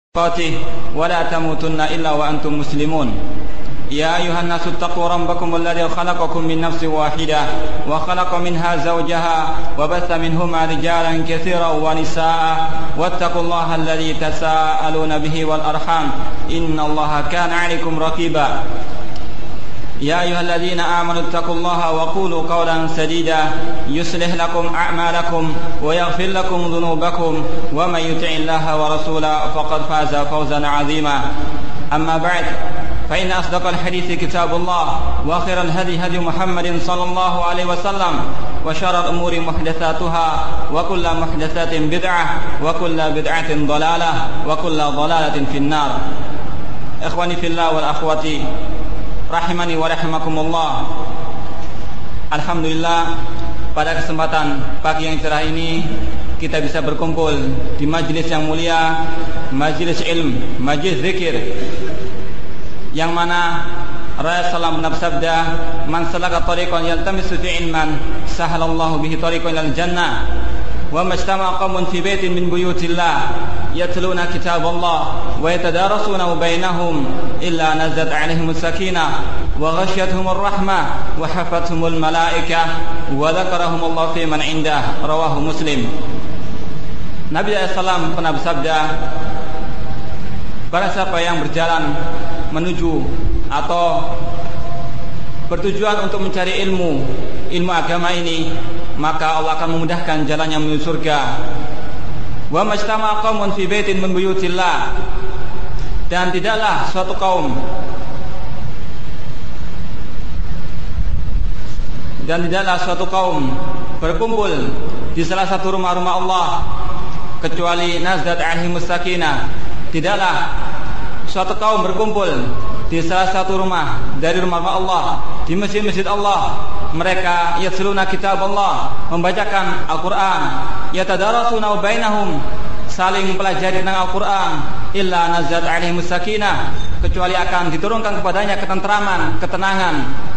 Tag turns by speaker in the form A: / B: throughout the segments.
A: ولا تموتن إلا وأنتم مسلمون يا أيها الناس اتقوا ربكم الذي خلقكم من نفس واحدة وخلق منها زوجها وبث منهما رجالا كثيرا ونساء واتقوا الله الذي تساءلون به والأرحام إن الله كان عليكم رقيبا يا أيها الذين آمنوا اتقوا الله وقولوا قولا سديدا يصلح لكم أعمالكم ويغفر لكم ذنوبكم ومن يطع الله ورسوله فقد فاز فوزا عظيما أما بعد فإن أصدق الحديث كتاب الله وخير الهدي هدي محمد صلى الله عليه وسلم وشر الأمور محدثاتها وكل محدثات بدعة وكل بدعة ضلالة وكل ضلالة في النار إخواني في الله والأخواتي rahimani wa rahimakumullah. Alhamdulillah, pada kesempatan pagi yang cerah ini kita bisa berkumpul di majelis yang mulia, majelis ilm, majelis zikir, yang mana Rasulullah SAW bersabda, "Man salaka tariqan yaltamisu fi ilman, sahalallahu bihi tariqan ilal jannah." Wa majtama'a qaumun fi baitin min buyutillah yatluna kitaballah wa yatadarasuna bainahum illa nazalat 'alaihim as-sakinah wa ghashiyatuhum ar-rahmah wa hafathumul malaikah wa dzakarahum Allah fi man 'indah. Rawahu Muslim. Nabi SAW pernah bersabda, barang siapa yang berjalan menuju atau bertujuan untuk mencari ilmu agama ini, maka Allah akan memudahkan jalannya menuju surga. Wa majtama'a qaumun fi baitin min buyutillah, dan tidaklah suatu kaum berkumpul di salah satu rumah-rumah Allah kecuali nazalat 'alaihimus sakinah. Tidaklah suatu kaum berkumpul di salah satu rumah dari rumah Allah, di masjid-masjid Allah, mereka yatluna kitab Allah, membacakan Al-Quran, yatadarasuna bainahum, saling mempelajari tentang Al-Quran, illa nazalat 'alaihimus sakinah, kecuali akan diturunkan kepadanya ketentraman, ketenangan,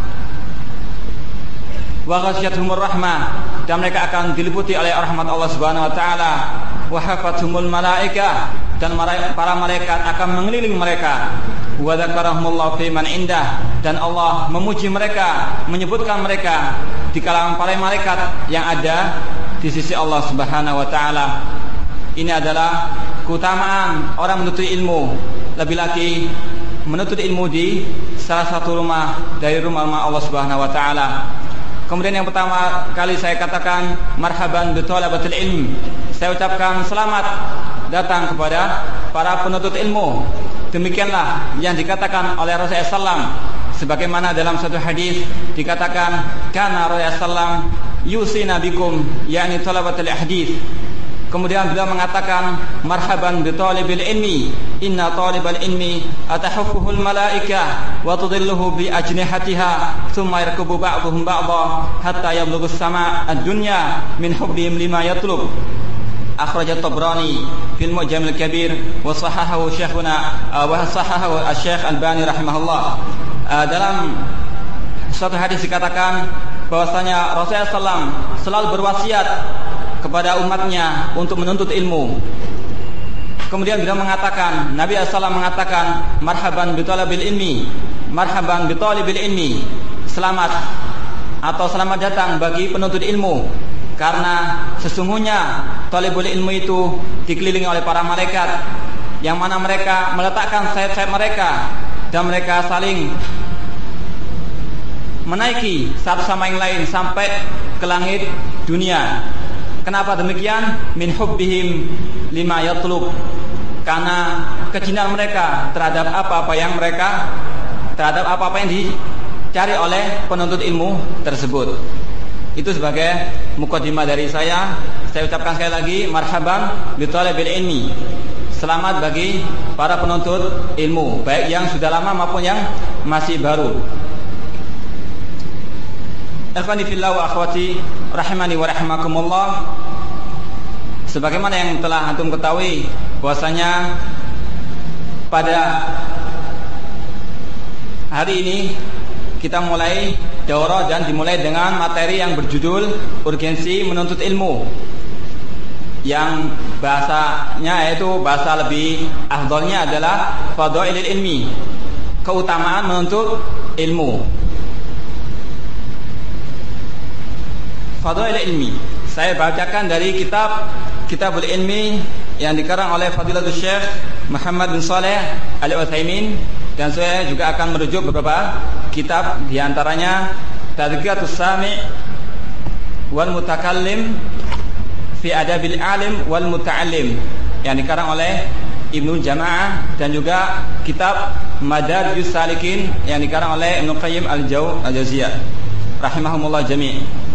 A: wa ghasyiyatuhumur rahmah, dan mereka akan diliputi oleh rahmat Allah Subhanahu wa taala, wa hafathumul malaikah, dan para malaikat akan mengelilingi mereka, wa dzakarahumullahu fi man 'indah, dan Allah memuji mereka, menyebutkan mereka di kalangan para malaikat yang ada di sisi Allah Subhanahu wa taala. Ini adalah keutamaan orang menuntut ilmu, lebih lagi menuntut ilmu di salah satu rumah dari rumah-rumah Allah Subhanahu wa taala. Kemudian yang pertama kali saya katakan marhaban bi thalabatil ilm. Saya ucapkan selamat datang kepada para penuntut ilmu. Demikianlah yang dikatakan oleh Rasulullah SAW, sebagaimana dalam satu hadis dikatakan, kana Rasulullah SAW yusina bikum, yakni thalabatul hadis. Kemudian beliau mengatakan, marhaban bi talibil ilmi, inna talibal ilmi atahaffuhul malaikah wa tudilluhu bi ajnihatiha thumma yarkubu ba'dhum ba'dha hatta yablughu as-sama' ad-dunya min hubbihim lima yatlub. Akhrajat Tabrani fil Mu'jamil Kabir wa sahahahu Syekhuna wa sahahahu Asy-Syaikh Albani rahimahullah. Dalam suatu hadis dikatakan bahwasanya Rasulullah SAW selalu berwasiat kepada umatnya untuk menuntut ilmu. Kemudian beliau mengatakan, Nabi SAW mengatakan, marhaban bi talabil ilmi, marhaban bi talibil ilmi, selamat atau selamat datang bagi penuntut ilmu, karena sesungguhnya talibul ilmu itu dikelilingi oleh para malaikat, yang mana mereka meletakkan sayap-sayap mereka dan mereka saling menaiki satu sama yang lain sampai ke langit dunia. Kenapa demikian? Min hubbihim lima yatlub, karena kecintaan mereka terhadap apa-apa yang dicari oleh penuntut ilmu tersebut. Itu sebagai mukadimah dari saya. Saya ucapkan sekali lagi marhaban bi thalabil ilmi, selamat bagi para penuntut ilmu, baik yang sudah lama maupun yang masih baru. Ikhwani fillah wa akhwati rahimani wa rahimakumullah. Sebagaimana yang telah antum ketahui bahwasanya pada hari ini kita mulai daurah dan dimulai dengan materi yang berjudul urgensi menuntut ilmu, yang bahasanya yaitu bahasa lebih afdhalnya adalah fadhailul ilmi, keutamaan menuntut ilmu. Fadhailul ilmi, saya bacakan dari Kitabul Ilmi yang dikarang oleh Fadilatul Syekh Muhammad bin Shalih Al-Utsaimin, dan saya juga akan merujuk beberapa kitab, diantaranya Tadhkiratus Sami' wal Mutakallim fi Adabil Alim wal Muta'allim yang dikarang oleh Ibnu Jama'ah, dan juga kitab Madarijus Salikin yang dikarang oleh Ibnu Qayyim Al-Jauziyah rahimahumullah jami'.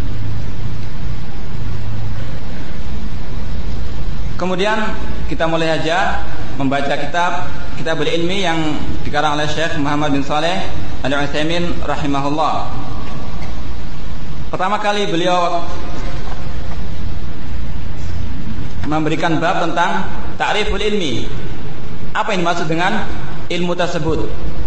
A: Kemudian kita mulai saja membaca Kitabul Ilmi yang dikarang oleh Syekh Muhammad bin Shalih Al-Utsaimin rahimahullah. Pertama kali beliau memberikan bab tentang ta'riful ilmi. Apa yang dimaksud dengan ilmu tersebut?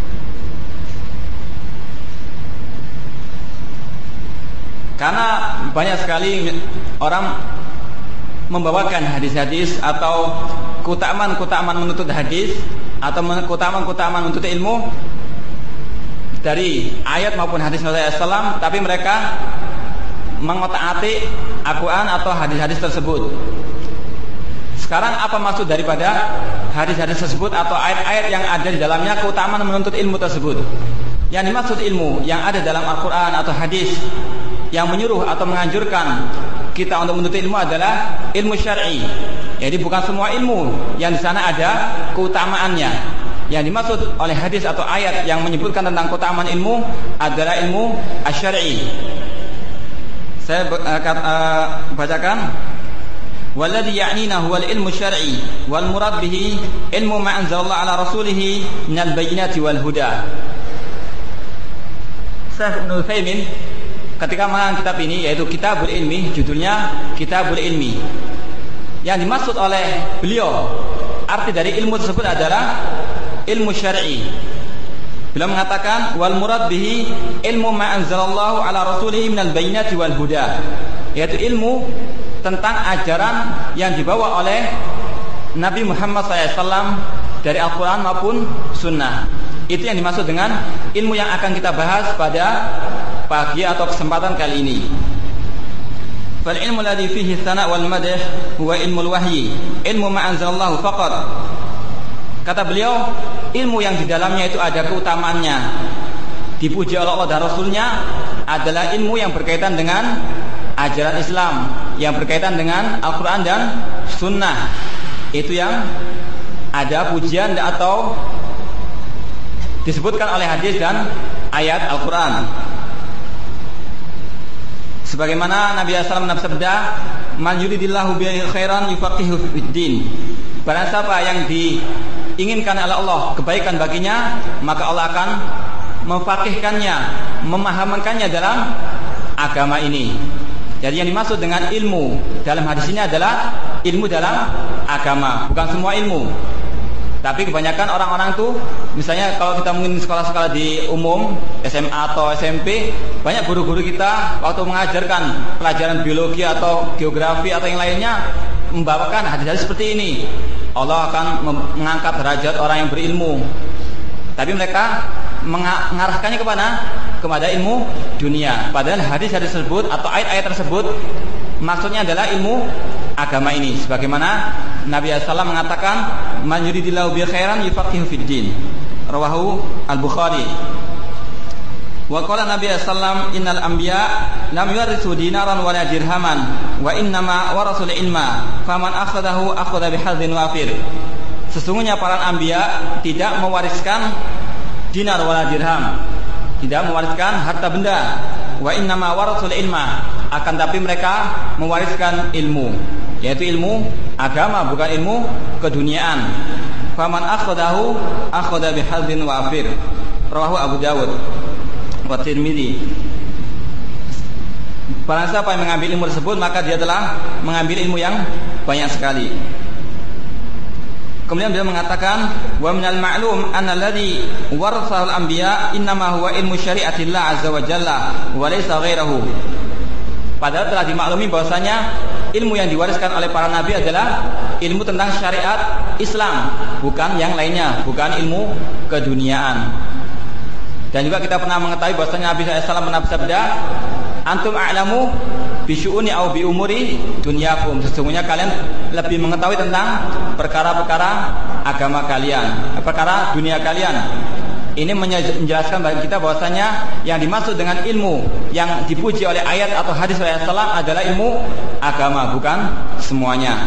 A: Karena banyak sekali orang membawakan hadis-hadis atau keutamaan-keutamaan menuntut hadis atau keutamaan-keutamaan menuntut ilmu dari ayat maupun hadis Rasulullah SAW, tapi mereka mengotak-atik Al-Quran atau hadis-hadis tersebut. Sekarang apa maksud daripada hadis-hadis tersebut atau ayat-ayat yang ada di dalamnya keutamaan menuntut ilmu tersebut? Yang dimaksud ilmu yang ada dalam Al-Quran atau hadis yang menyuruh atau menganjurkan kita untuk menuntut ilmu adalah ilmu syar'i. Jadi bukan semua ilmu yang di sana ada keutamaannya. Yang dimaksud oleh hadis atau ayat yang menyebutkan tentang keutamaan ilmu adalah ilmu asy-syar'i. Saya bacakan. Walladhi ya'nina huwal ilmu syar'i wal murad bihi ilmu ma anzalallahu ala rasulih minal bayyinati wal huda. Syekh Ibnu Utsaimin ketika mengarang kitab ini, yaitu Kitabul Ilmi, judulnya Kitabul Ilmi. Yang dimaksud oleh beliau, arti dari ilmu tersebut adalah ilmu syar'i. Beliau mengatakan wal murad bihi ilmu ma anzalallahu ala rasulih minal bayyinati wal huda, yaitu ilmu tentang ajaran yang dibawa oleh Nabi Muhammad SAW dari Al-Quran maupun Sunnah. Itu yang dimaksud dengan ilmu yang akan kita bahas pada pagi atau kesempatan kali ini. Fal ilmu alladhi fihi tsana' wal madh huwa ilmul wahyi, ilmu ma anzalallahu faqat. Kata beliau, ilmu yang di dalamnya itu ada keutamaannya, dipuji oleh Allah dan Rasulnya, adalah ilmu yang berkaitan dengan ajaran Islam, yang berkaitan dengan Al-Quran dan Sunnah. Itu yang ada pujian atau disebutkan oleh hadis dan ayat Al-Quran. Sebagaimana Nabi SAW bersabda, "Man yuridillahu bihi khairan yufaqihu fid-din." Barang siapa yang diinginkan oleh Allah kebaikan baginya, maka Allah akan memfaqihkannya, memahamkannya dalam agama ini. Jadi yang dimaksud dengan ilmu dalam hadis ini adalah ilmu dalam agama, bukan semua ilmu. Tapi kebanyakan orang-orang tuh, misalnya kalau kita mungkin sekolah-sekolah di umum, SMA atau SMP, banyak guru-guru kita waktu mengajarkan pelajaran biologi atau geografi atau yang lainnya membawakan hadis-hadis seperti ini. Allah akan mengangkat derajat orang yang berilmu. Tapi mereka mengarahkannya kepada ilmu dunia. Padahal hadis-hadis tersebut atau ayat-ayat tersebut maksudnya adalah ilmu agama ini. Sebagaimana Nabi SAW mengatakan, "Man yuridillahu bihi khairan yufaqihu fid din." Rawahu Al-Bukhari. Wa qala Nabi SAW, "Innal anbiya lam yurithu dinaran wala dirhaman, wa innama warasul ilma, faman akhadahu akhadha bihadzin wafir." Sesungguhnya para anbiya tidak mewariskan dinar wala dirham, tidak mewariskan harta benda. Wa innama warasul ilma, akan tapi mereka mewariskan ilmu, yaitu ilmu agama, bukan ilmu keduniaan. Faman akhadahu akhadha bihadzin wafir. Rawahu Abu Dawud wa Tirmidzi. Barang siapa yang mengambil ilmu tersebut, maka dia telah mengambil ilmu yang banyak sekali. Kemudian beliau mengatakan, wa minal ma'lum anna alladhi warathahu al-anbiya innama huwa ilmu syari'atillah azza wa jalla wa laysa ghairahu. Padahal telah dimaklumi bahwasanya ilmu yang diwariskan oleh para nabi adalah ilmu tentang syariat Islam, bukan yang lainnya, bukan ilmu keduniaan. Dan juga kita pernah mengetahui bahwasanya Nabi SAW pernah bersabda, antum a'lamu bisyu'uni au bi umuri dunyakum. Sesungguhnya kalian lebih mengetahui tentang perkara-perkara agama kalian, perkara dunia kalian. Ini menjelaskan bagi kita bahwasanya yang dimaksud dengan ilmu yang dipuji oleh ayat atau hadis Rasulullah adalah ilmu agama, bukan semuanya.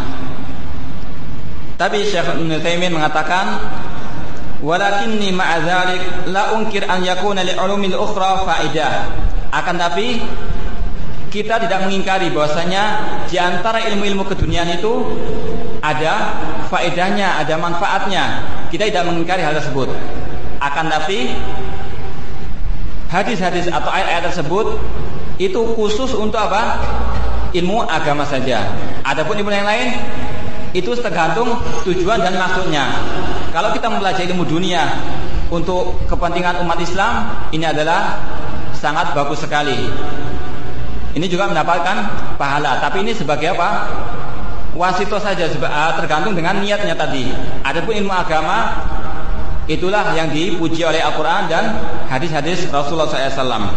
A: Tapi Syekh Ibnu Taimiyah mengatakan, walakinni ma'a dzalik la unkir an yakuna li ulumil ukhra faidah. Akan tapi kita tidak mengingkari bahwasanya di antara ilmu-ilmu keduniaan itu ada faedahnya, ada manfaatnya. Kita tidak mengingkari hal tersebut. Akan tapi hadis-hadis atau ayat-ayat tersebut itu khusus untuk apa? Ilmu agama saja. Adapun ilmu yang lain itu tergantung tujuan dan maksudnya. Kalau kita mempelajari ilmu dunia untuk kepentingan umat Islam, ini adalah sangat bagus sekali. Ini juga mendapatkan pahala. Tapi ini sebagai apa? Wasito saja, tergantung dengan niatnya tadi. Adapun ilmu agama, itulah yang dipuji oleh Al-Quran dan hadis-hadis Rasulullah SAW.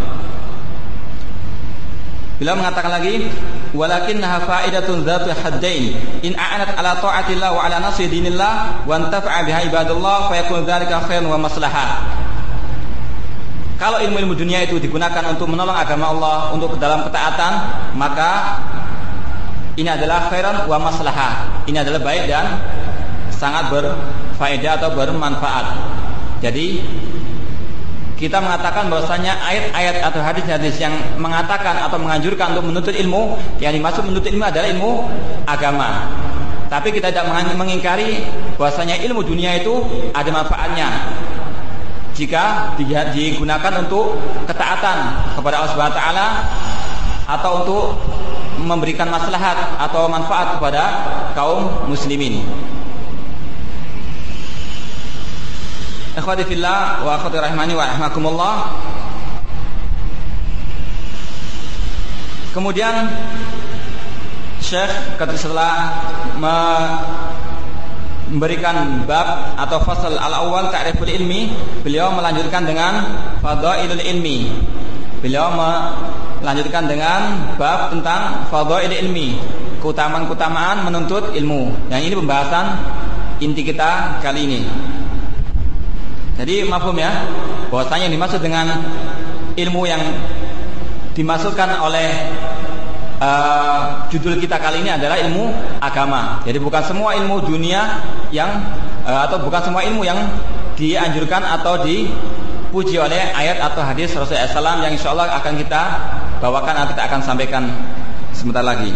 A: Beliau mengatakan lagi, walakinnaha fa'idatun dzatu haddain in a'anat ala ta'atillah wa ala nasri dinillah wa antafa'a biha ibadallah fa yakunu dzalika khairan wa maslahah. Kalau ilmu-ilmu dunia itu digunakan untuk menolong agama Allah, untuk dalam ketaatan, maka ini adalah khairan wa maslahah. Ini adalah baik dan sangat berfaedah atau bermanfaat. Jadi kita mengatakan bahwasanya ayat-ayat atau hadis-hadis yang mengatakan atau menganjurkan untuk menuntut ilmu, yang dimaksud menuntut ilmu adalah ilmu agama. Tapi kita tidak mengingkari bahwasanya ilmu dunia itu ada manfaatnya jika digunakan untuk ketaatan kepada Allah Subhanahu wa taala atau untuk memberikan maslahat atau manfaat kepada kaum muslimin. Ikhwati fillah wa akhwati rahimani wa rahmakumullah. Kemudian Syekh setelah memberikan bab atau fasal al-awwal ta'riful ilmi, beliau melanjutkan dengan fadailul ilmi. Beliau melanjutkan dengan bab tentang fadailul ilmi, keutamaan-keutamaan menuntut ilmu. Yang ini pembahasan inti kita kali ini. Jadi mafhum ya, bahwasanya yang dimaksud dengan ilmu yang dimasukkan oleh judul kita kali ini adalah ilmu agama. Jadi bukan semua ilmu dunia yang atau bukan semua ilmu yang dianjurkan atau dipuji oleh ayat atau hadis Rasulullah SAW yang insya Allah akan kita bawakan atau kita akan sampaikan sebentar lagi.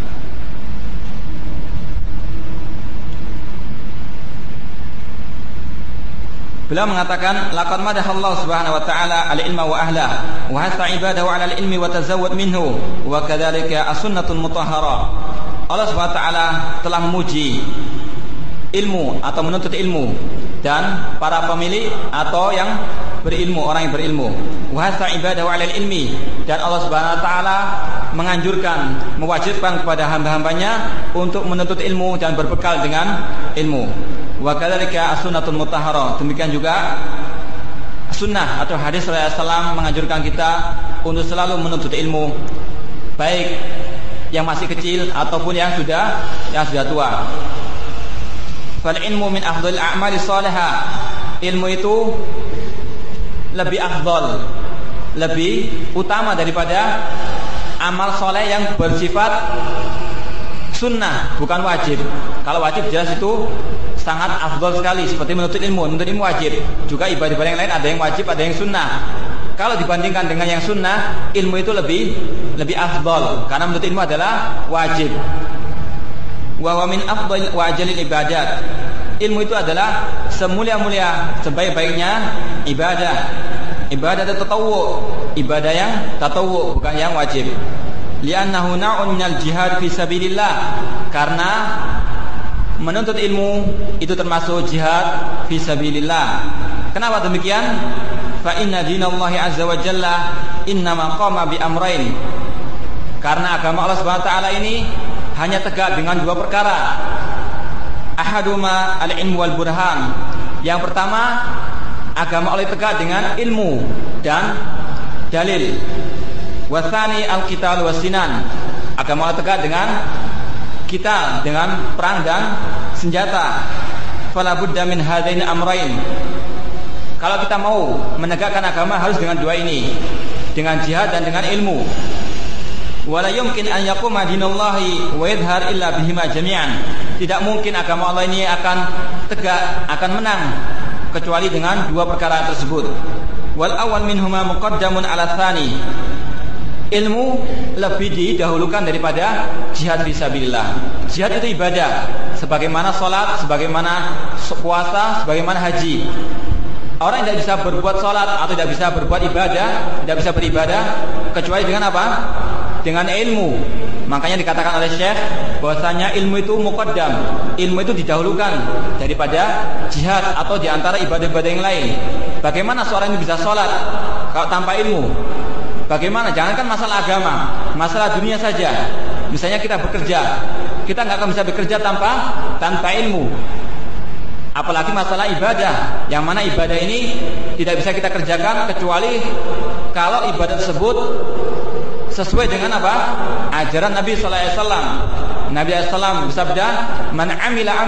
A: Beliau mengatakan, laqad madahallahu subhanahu wa ta'ala al-ilma wa ahlah wa hasa ibadahu 'ala al-ilmi wa tazawwad minhu wa kadzalika as-sunnatun mutahharah. Allah Subhanahu wa ta'ala telah memuji ilmu atau menuntut ilmu dan para pemilik atau yang berilmu, orang yang berilmu. Wa hasa ibadahu 'ala al-ilmi, dan Allah Subhanahu wa ta'ala menganjurkan, mewajibkan kepada hamba-hambanya untuk menuntut ilmu dan berbekal dengan ilmu. Wa kadzalika as-sunnatun mutahharah. Demikian juga sunnah atau hadis Rasulullah SAW menganjurkan kita untuk selalu menuntut ilmu, baik yang masih kecil ataupun yang sudah tua. Fal ilmu min afdhalil a'mali shalihah. Ilmu itu lebih afdal, lebih utama daripada amal soleh yang bersifat sunnah, bukan wajib. Kalau wajib jelas itu sangat afdal sekali, seperti menuntut ilmu. Menuntut ilmu wajib. Juga ibadah-ibadah yang lain ada yang wajib, ada yang sunnah. Kalau dibandingkan dengan yang sunnah, ilmu itu lebih afdal, karena menuntut ilmu adalah wajib. Wa min afdal wa ajalil ibadat. Ilmu itu adalah semulia-mulia, sebaik-baiknya ibadah. Ibadah tatawwu, ibadah yang tatawwu, bukan yang wajib. Li'annahu na'un minal jihad fi sabilillah. Karena menuntut ilmu itu termasuk jihad fi sabilillah. Kenapa demikian? Fa inna dinallahi azza wa jalla innama qama bi amrain. Karena agama Allah Subhanahu wa taala ini hanya tegak dengan dua perkara. Ahaduma al-ilmu wal burhan. Yang pertama, agama Allah tegak dengan ilmu dan dalil. Wasani al-qital wasinan. Agama Allah tegak dengan kita, dengan perang dan senjata. Fala budda min hadaini amrain. Kalau kita mau menegakkan agama harus dengan dua ini, dengan jihad dan dengan ilmu. Wala yumkin an yaquma dinallahi wa yadhhar illa bihima jami'an. Tidak mungkin agama Allah ini akan tegak, akan menang kecuali dengan dua perkara tersebut. Wal awwal minhuma muqaddamun 'ala tsani. Ilmu lebih didahulukan daripada jihad fisabilillah. Jihad itu ibadah, sebagaimana salat, sebagaimana puasa, sebagaimana haji. Orang yang tidak bisa berbuat salat atau tidak bisa berbuat ibadah, tidak bisa beribadah kecuali dengan apa? Dengan ilmu. Makanya dikatakan oleh Syekh bahwasanya ilmu itu muqaddam, ilmu itu didahulukan daripada jihad atau diantara ibadah-ibadah yang lain. Bagaimana seorang ini bisa salat kalau tanpa ilmu? Bagaimana? Jangankan masalah agama, masalah dunia saja. Misalnya kita bekerja, kita nggak akan bisa bekerja tanpa ilmu. Apalagi masalah ibadah, yang mana ibadah ini tidak bisa kita kerjakan kecuali kalau ibadah tersebut sesuai dengan apa? Ajaran Nabi sallallahu alaihi wasallam. Nabi sallallahu alaihi wasallam bersabda, "Man 'amila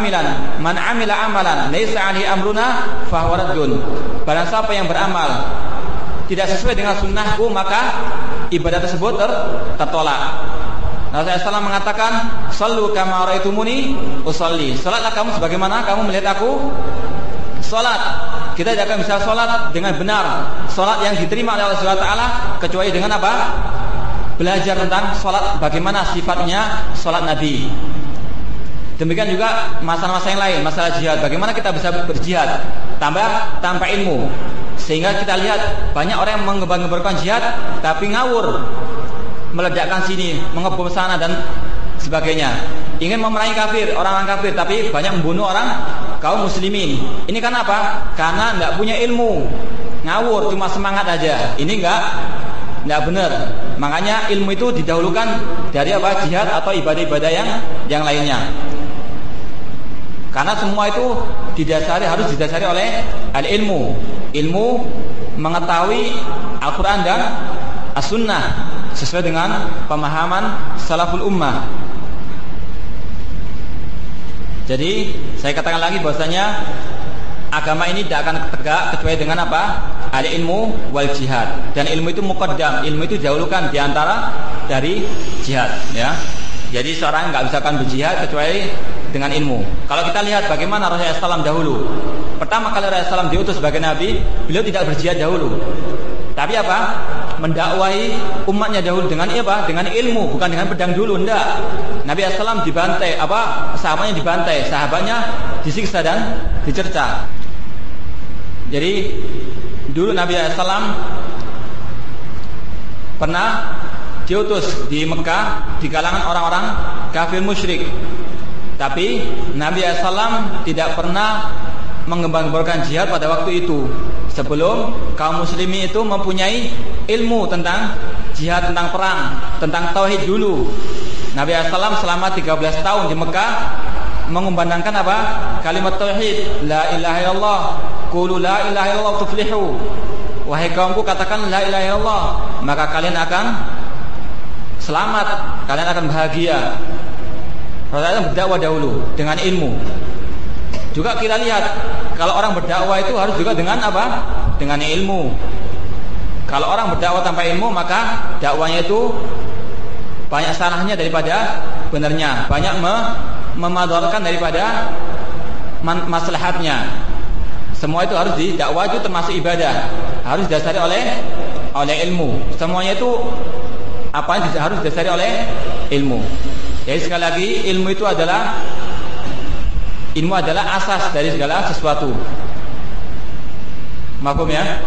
A: 'amalan laisa 'alaihi amruna fa huwa raddun." Barang siapa yang beramal tidak sesuai dengan sunnahku, maka ibadah tersebut tertolak. Rasulullah SAW mengatakan, "Shallu kama ra'aitumuni usolli." Salatlah kamu sebagaimana kamu melihat aku salat. Kita tidak akan bisa salat dengan benar, salat yang diterima oleh Allah Subhanahu wa taala kecuali dengan apa? Belajar tentang salat, bagaimana sifatnya salat Nabi. Demikian juga masalah-masalah yang lain, masalah jihad. Bagaimana kita bisa berjihad tanpa ilmu? Sehingga kita lihat banyak orang yang mengembar-gemborkan jihad tapi ngawur, meledakkan sini, mengebom sana dan sebagainya. Ingin memerangi kafir, orang-orang kafir, tapi banyak membunuh orang kaum muslimin. Ini kan apa? Karena enggak punya ilmu, ngawur, cuma semangat aja. Ini enggak benar. Makanya ilmu itu didahulukan dari apa? Jihad atau ibadah-ibadah yang lainnya. Karena semua itu harus didasari oleh al-ilmu. Ilmu mengetahui Al-Quran dan As-Sunnah sesuai dengan pemahaman salaful ummah. Jadi saya katakan lagi bahwasanya agama ini tidak akan tegak kecuali dengan apa? Al-ilmu wal jihad. Dan ilmu itu muqaddam, ilmu itu didahulukan diantara dari jihad, ya. Jadi seorang nggak bisa akan berjihad kecuali dengan ilmu. Kalau kita lihat bagaimana Rasulullah SAW dahulu, pertama kali Rasulullah SAW diutus sebagai Nabi, beliau tidak berjihad dahulu. Tapi apa? Mendakwahi umatnya dahulu dengan apa? Dengan ilmu, bukan dengan pedang dulu. Enggak. Nabi SAW dibantai, sahabatnya dibantai, sahabatnya disiksa dan dicerca. Jadi dulu Nabi SAW pernah diutus di Mekah di kalangan orang-orang kafir musyrik. Tapi Nabi SAW tidak pernah mengembar-gemborkan jihad pada waktu itu, sebelum kaum muslimin itu mempunyai ilmu tentang jihad, tentang perang, tentang tauhid dulu. Nabi SAW selama 13 tahun di Mekah mengumandangkan apa? Kalimat tauhid, la ilaha illallah, qulu la ilaha illallah tuflihu. Wahai kaumku, katakan la ilaha illallah, maka kalian akan selamat, kalian akan bahagia. Rasulullah berdakwah dahulu dengan ilmu. Juga kita lihat, kalau orang berdakwah itu harus juga dengan apa? Dengan ilmu. Kalau orang berdakwah tanpa ilmu, maka dakwanya itu banyak salahnya daripada benarnya, banyak memadarkan daripada maslahatnya. Semua itu harus didakwah, itu termasuk ibadah, harus didasari oleh ilmu. Semuanya itu apa yang harus didasari oleh ilmu. Jadi sekali lagi, ilmu adalah asas dari segala sesuatu. Mafhum ya?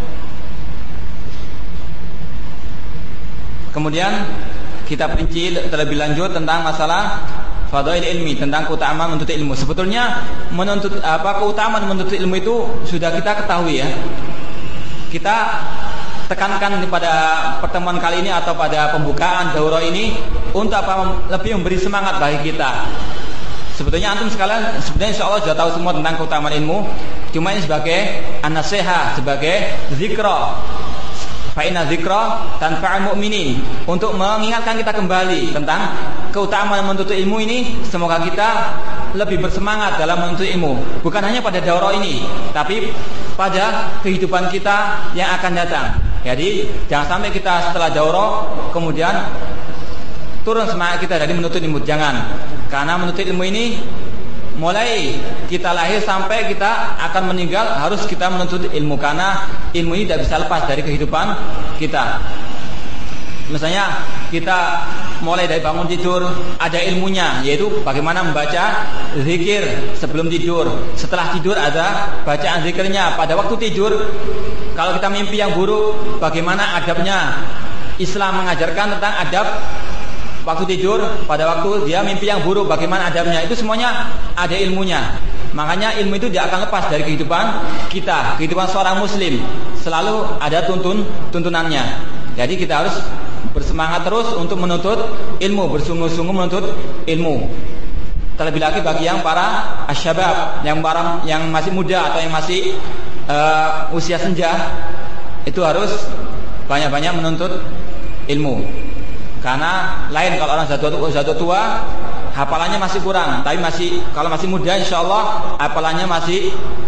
A: Kemudian kita perinci terlebih lanjut tentang masalah fadail ilmi, tentang keutamaan menuntut ilmu. Sebetulnya keutamaan menuntut ilmu itu sudah kita ketahui ya. Kita tekankan pada pertemuan kali ini atau pada pembukaan daurah ini untuk apa? Lebih memberi semangat bagi kita. Sebetulnya antum sekalian sebenarnya insyaallah sudah tahu semua tentang keutamaan ilmu. Cuma ini sebagai an-nasiha, sebagai zikra. Fa inna zikra tanfa'ul mu'minin, untuk mengingatkan kita kembali tentang keutamaan menuntut ilmu ini. Semoga kita lebih bersemangat dalam menuntut ilmu, bukan hanya pada daurah ini, tapi pada kehidupan kita yang akan datang. Jadi jangan sampai kita setelah daurah kemudian turun semangat kita dari menuntut ilmu. Jangan, karena menuntut ilmu ini mulai kita lahir sampai kita akan meninggal harus kita menuntut ilmu, karena ilmu ini tidak bisa lepas dari kehidupan kita. Misalnya kita mulai dari bangun tidur ada ilmunya, yaitu bagaimana membaca zikir sebelum tidur. Setelah tidur ada bacaan zikirnya. Pada waktu tidur kalau kita mimpi yang buruk, bagaimana adabnya. Islam mengajarkan tentang adab waktu tidur. Pada waktu dia mimpi yang buruk, bagaimana adabnya. Itu semuanya ada ilmunya. Makanya ilmu itu tidak akan lepas dari kehidupan kita. Kehidupan seorang muslim selalu ada tuntunannya. Jadi kita harus bersemangat terus untuk menuntut ilmu, bersungguh-sungguh menuntut ilmu. Terlebih lagi bagi yang para asyabab, yang masih muda atau yang masih usia senja, itu harus banyak-banyak menuntut ilmu. Karena lain kalau orang sudah tua, hafalannya masih kurang. Tapi kalau masih muda, insyaallah hafalannya masih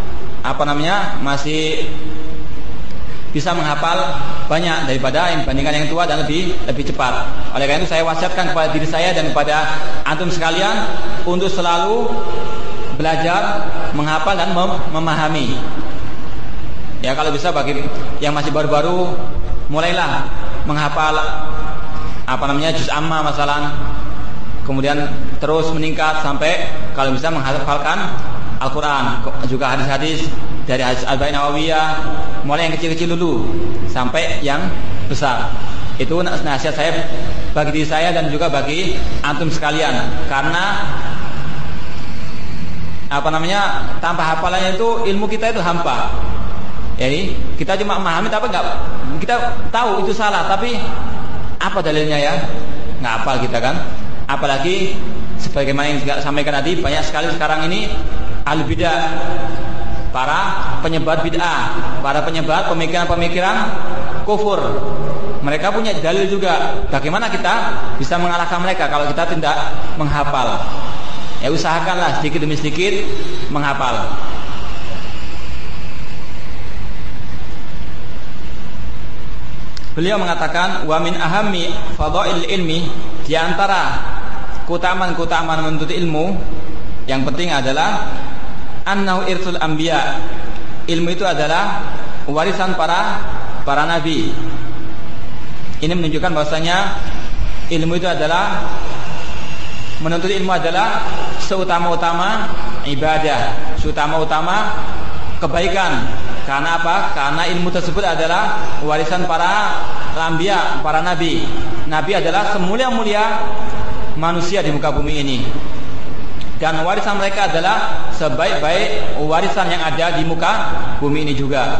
A: bisa menghafal banyak daripada yang dibandingkan yang tua dan lebih cepat. Oleh karena itu saya wasiatkan kepada diri saya dan kepada antum sekalian untuk selalu belajar menghafal dan memahami. Ya, kalau bisa bagi yang masih baru-baru, mulailah menghafal juz amma masalah. Kemudian terus meningkat sampai kalau bisa menghafalkan Al-Quran, juga hadis-hadis dari hadis Arba'in Nawawiyah, mulai yang kecil-kecil dulu sampai yang besar. Itu nasihat saya bagi diri saya dan juga bagi antum sekalian. Karena tanpa hafalannya itu ilmu kita itu hampa. Jadi kita cuma memahami tapi kita tahu itu salah, tapi apa dalilnya ya? Nggak hafal kita kan? Apalagi sebagaimana yang saya sampaikan tadi, banyak sekali sekarang ini al-bidah, para penyebar bid'ah, para penyebar pemikiran-pemikiran kufur. Mereka punya dalil juga. Bagaimana kita bisa mengalahkan mereka kalau kita tidak menghafal? Ya usahakanlah sedikit demi sedikit menghafal. Beliau mengatakan, wa min ahammi fadhail ilmi, di antara keutamaan menuntut ilmu yang penting adalah annahu irsul anbiya. Ilmu itu adalah warisan para nabi. Ini menunjukkan bahwasanya ilmu itu adalah, menuntut ilmu adalah seutama-utama ibadah, seutama-utama kebaikan. Karena apa? Karena ilmu tersebut adalah warisan para anbiya, para nabi. Nabi adalah semulia-mulia manusia di muka bumi ini. Dan warisan mereka adalah sebaik-baik warisan yang ada di muka bumi ini juga.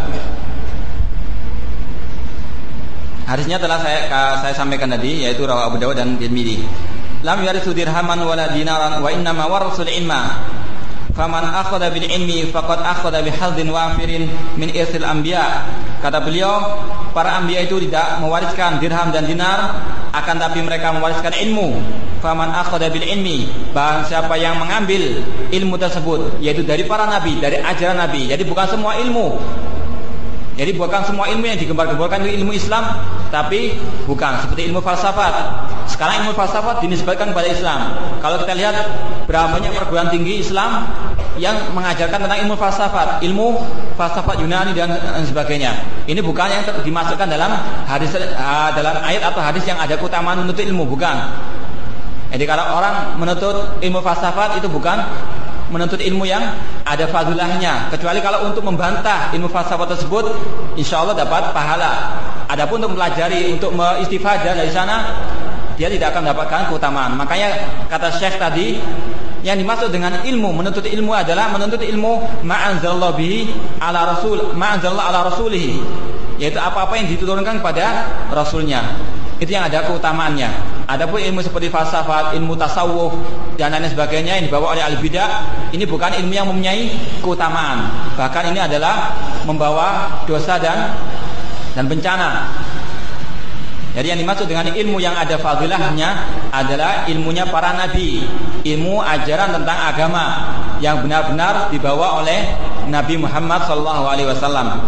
A: Hadisnya telah saya sampaikan tadi, yaitu rawahu Abu Dawud dan Tirmidzi. Lam yarisu dirhaman wala dinaran wa innama warasul ilma. Faman akhadha bil ilmi faqad akhadha bi hadzin wafirin min irsil anbiya. Kata beliau, para anbiya itu tidak mewariskan dirham dan dinar, akan tapi mereka mewariskan ilmu. Faman akhadha bil ilmi, barang siapa yang mengambil ilmu tersebut, yaitu dari para nabi, dari ajaran nabi. Jadi bukan semua ilmu. Jadi bukan semua ilmu yang digembar-gemborkan itu ilmu Islam, tapi bukan seperti ilmu falsafat. Sekarang ilmu falsafat dinisbatkan kepada Islam. Kalau kita lihat berapa banyak perguruan tinggi Islam yang mengajarkan tentang ilmu falsafat Yunani dan sebagainya. Ini bukan yang dimasukkan dalam ayat atau hadis yang ada keutamaan menuntut ilmu, bukan. Jadi kalau orang menuntut ilmu falsafat itu bukan menuntut ilmu yang ada fadilahnya, kecuali kalau untuk membantah ilmu falsafat tersebut, insya Allah dapat pahala. Adapun untuk mempelajari, untuk mengistifadah dari sana, dia tidak akan mendapatkan keutamaan. Makanya kata Syekh tadi, Yang dimaksud dengan ilmu, menuntut ilmu adalah menuntut ilmu ma'anzalallahu bihi ala rasul, ma'anzalallahu ala rasulih, yaitu apa-apa yang diturunkan kepada rasulnya. Itu yang ada keutamaannya. Adapun ilmu seperti falsafat, ilmu tasawuf dan lain sebagainya yang dibawa oleh al-bidah, ini bukan ilmu yang mempunyai keutamaan. Bahkan ini adalah membawa dosa dan bencana. Jadi yang dimaksud dengan ilmu yang ada fadilahnya adalah ilmunya para nabi, ilmu ajaran tentang agama yang benar-benar dibawa oleh Nabi Muhammad SAW.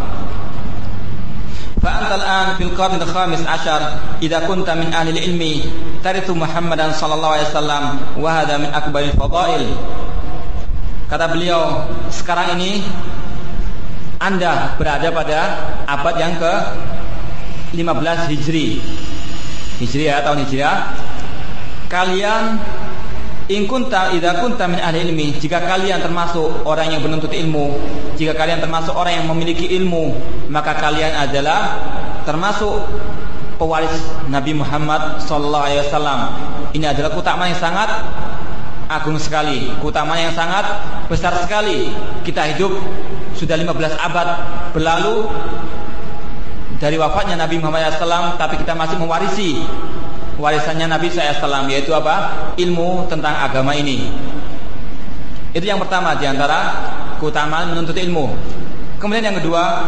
A: فأنت الآن في القرن الخامس عشر إذا كنت من أهل العلم ترث محمدا صلى الله عليه وسلم وهذا من أكبر الفضائل. Kata beliau, sekarang ini Anda berada pada abad yang ke-15 Hijriah tahun Hijriah. Kalian idza kunta min ahli ilmi, jika kalian termasuk orang yang menuntut ilmu, jika kalian termasuk orang yang memiliki ilmu, maka kalian adalah termasuk pewaris Nabi Muhammad sallallahu alaihi wasallam. Ini adalah keutamaan yang sangat agung sekali, keutamaan yang sangat besar sekali. Kita hidup sudah 15 abad berlalu dari wafatnya Nabi Muhammad SAW, tapi kita masih mewarisi warisannya Nabi SAW, yaitu apa? Ilmu tentang agama ini. Itu yang pertama diantara keutamaan menuntut ilmu. Kemudian yang kedua,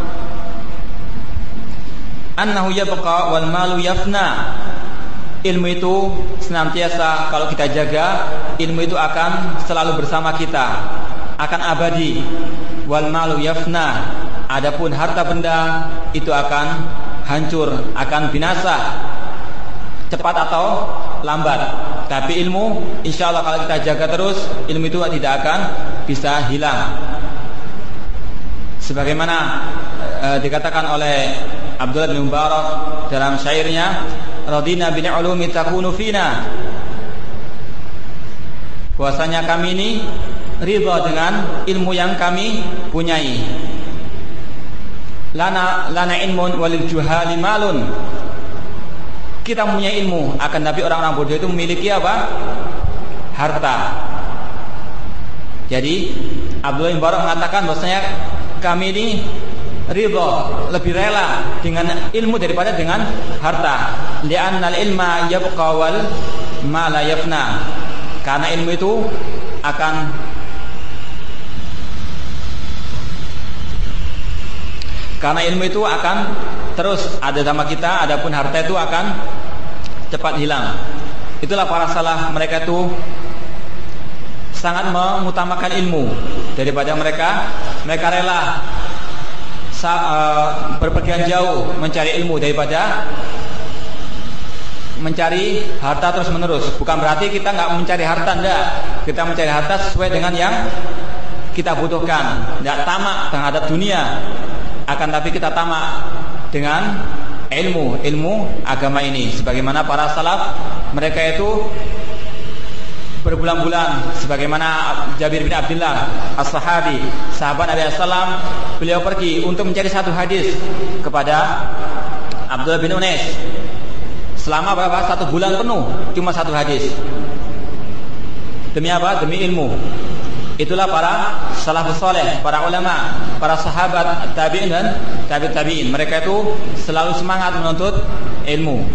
A: annahu yabqa wal malu yafna. Ilmu itu senantiasa kalau kita jaga, ilmu itu akan selalu bersama kita, akan abadi. Wal malu yafna. Adapun harta benda itu akan hancur, akan binasa, cepat atau lambat. Tapi ilmu, insya Allah kalau kita jaga terus, ilmu itu tidak akan bisa hilang. Sebagaimana dikatakan oleh Abdullah bin Mubarak dalam syairnya, radina bil ulumi takunu fina, bahwasanya kami ini ridha dengan ilmu yang kami punyai. Lana ilmun walil juhali malun. Kita mempunyai ilmu, akan tapi orang-orang bodoh itu memiliki apa? Harta. Jadi Abdullah bin Mubarak mengatakan bahwasanya kami ini ridha, lebih rela dengan ilmu daripada dengan harta. Li'annal ilma yabqa wal ma la yafna. Karena ilmu itu akan terus ada sama kita, adapun harta itu akan cepat hilang. Itulah para salaf, mereka itu sangat mengutamakan ilmu daripada mereka rela berpergian jauh mencari ilmu daripada mencari harta terus menerus. Bukan berarti kita nggak mencari harta, enggak. Kita mencari harta sesuai dengan yang kita butuhkan, tidak tamak terhadap dunia. Akan tapi kita tamak dengan ilmu agama ini. Sebagaimana para salaf, mereka itu berbulan-bulan, sebagaimana Jabir bin Abdullah as-sahabi, sahabat Nabi SAW, beliau pergi untuk mencari satu hadis kepada Abdullah bin Unais. Selama berapa? 1 bulan penuh, cuma satu hadis. Demi apa? Demi ilmu. Itulah para salafus saleh, para ulama, para sahabat tabi'in dan tabi'in. Mereka itu selalu semangat menuntut ilmu.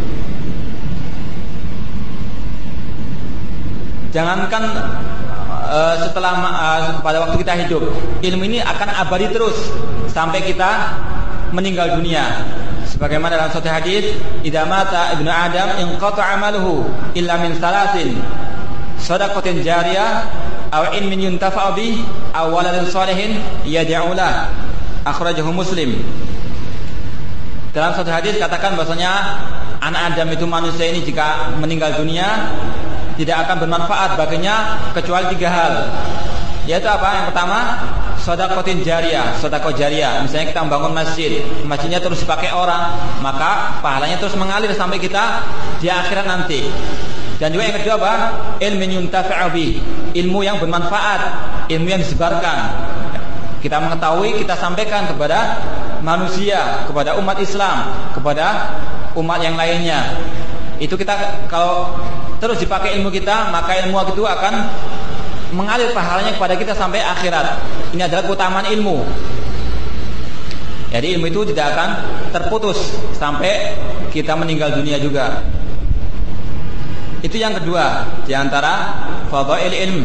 A: Jangankan setelah pada waktu kita hidup, ilmu ini akan abadi terus sampai kita meninggal dunia. Sebagaimana dalam satu hadis, idza mata ibnu adam inqata'a amaluhu illa min salasin, shadaqatin jariyah aw ilmin yuntafa'u bih aw waladin shalihin yad'u lahu, akhrajahu Muslim. Dalam satu hadis katakan bahwasanya anak Adam itu, manusia ini, jika meninggal dunia tidak akan bermanfaat baginya kecuali 3 hal. Yaitu apa? Yang pertama, sedekah jariyah, sedekah jariyah. Misalnya kita membangun masjid, masjidnya terus dipakai orang, maka pahalanya terus mengalir sampai kita di akhirat nanti. Dan juga yang kedua apa? Ilmun yuntafa'u bih, ilmu yang bermanfaat, ilmu yang disebarkan. Kita mengetahui, kita sampaikan kepada manusia, kepada umat Islam, kepada umat yang lainnya. Itu kita kalau terus dipakai ilmu kita, maka ilmu itu akan mengalir pahalanya kepada kita sampai akhirat. Ini adalah keutamaan ilmu. Jadi ilmu itu tidak akan terputus sampai kita meninggal dunia juga. Itu yang kedua di antara fadhail ilm.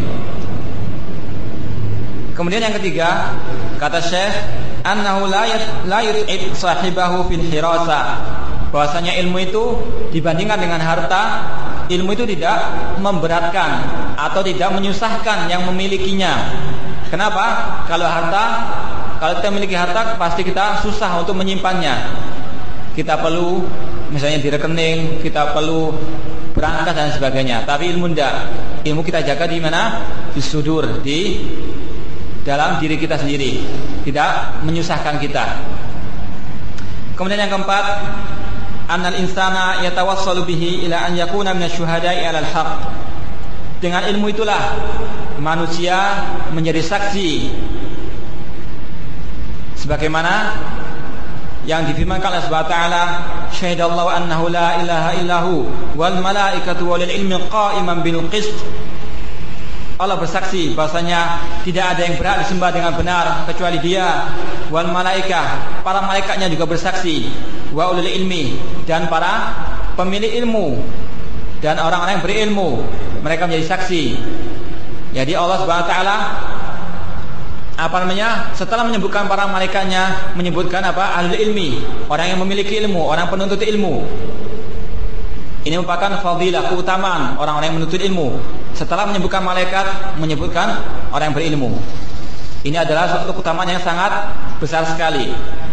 A: Kemudian yang ketiga, kata Syekh, annahu la yut'ib sahibahu fil hirasa. Bahwasanya ilmu itu dibandingkan dengan harta, ilmu itu tidak memberatkan atau tidak menyusahkan yang memilikinya. Kenapa? Kalau kita memiliki harta, pasti kita susah untuk menyimpannya. Kita perlu misalnya di rekening, kita perlu berangkas dan sebagainya. Tapi ilmu tidak. Ilmu kita jaga di mana? Di sudur, di dalam diri kita sendiri, tidak menyusahkan kita. Kemudian yang keempat, annal insana yatawassalu bihi ila an yakuna minasyuhada'i 'alal haqq. Dengan ilmu itulah manusia menjadi saksi sebagaimana yang difirmankan oleh Subhanahu wa taala, syahidallahu annahu la ilaha illahu wal malaikatu walil ilmi qa'iman bil qist. Allah bersaksi bahwasanya tidak ada yang berhak disembah dengan benar kecuali Dia, wal malaikah, para malaikatnya juga bersaksi, wa ulul ilmi, dan para pemilik ilmu dan orang-orang yang berilmu, mereka menjadi saksi. Jadi Allah Subhanahu wa taala setelah menyebutkan para malaikatnya, menyebutkan ahli ilmi, orang yang memiliki ilmu, orang penuntut ilmu. Ini merupakan fadilah, keutamaan orang-orang yang menuntut ilmu. Setelah menyebutkan malaikat, menyebutkan orang yang berilmu. Ini adalah suatu keutamaan yang sangat besar sekali.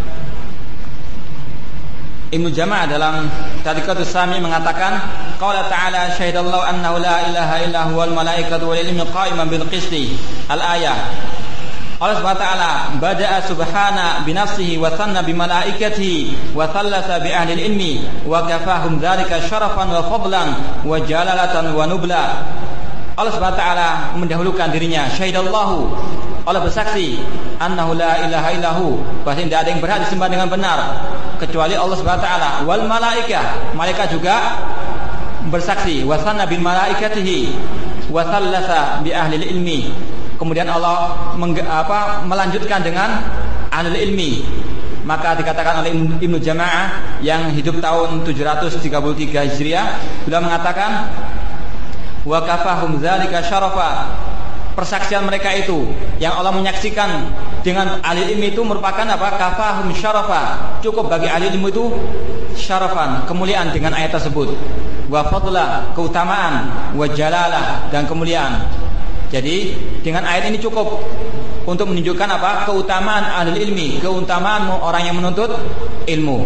A: Ibnu Jama' dalam Tadqiqatus Sami mengatakan, qala ta'ala syahidallahu annahu la ilaha illa huwal malaikatu wal ilmu qa'iman bil qisti. Al-ayah. Allah Subhanahu wa taala bada'a subhana bi nafsihi wa sanna bi malaikatihi wa thallasa bi ahli ilmi wa kafahum dzalika syarafan wa fadlan wa jalalatan wa nubla. Allah Subhanahu wa taala mendahulukan dirinya, syahidallahu, Allah bersaksi, annahu la ilaha illahu, bahwa tidak ada yang berhak disembah dengan benar kecuali Allah Subhanahu wa taala, wal malaikah, malaikat juga bersaksi, wa sanna bil malaikatihi wa thallasa bi ahli ilmi. Kemudian Allah melanjutkan dengan ahli ilmi. Maka dikatakan oleh Ibnu Jama'ah yang hidup tahun 733 Hijriah, beliau mengatakan, wa kafahum dzalika syarafa. Persaksian mereka itu yang Allah menyaksikan dengan ahli ilmi itu merupakan kafahum syarafa. Cukup bagi ahli ilmu itu syarafan, kemuliaan dengan ayat tersebut. Wa fadla, keutamaan, wa jalalah, dan kemuliaan. Jadi dengan ayat ini cukup untuk menunjukkan keutamaan ahli ilmi, keutamaan orang yang menuntut ilmu.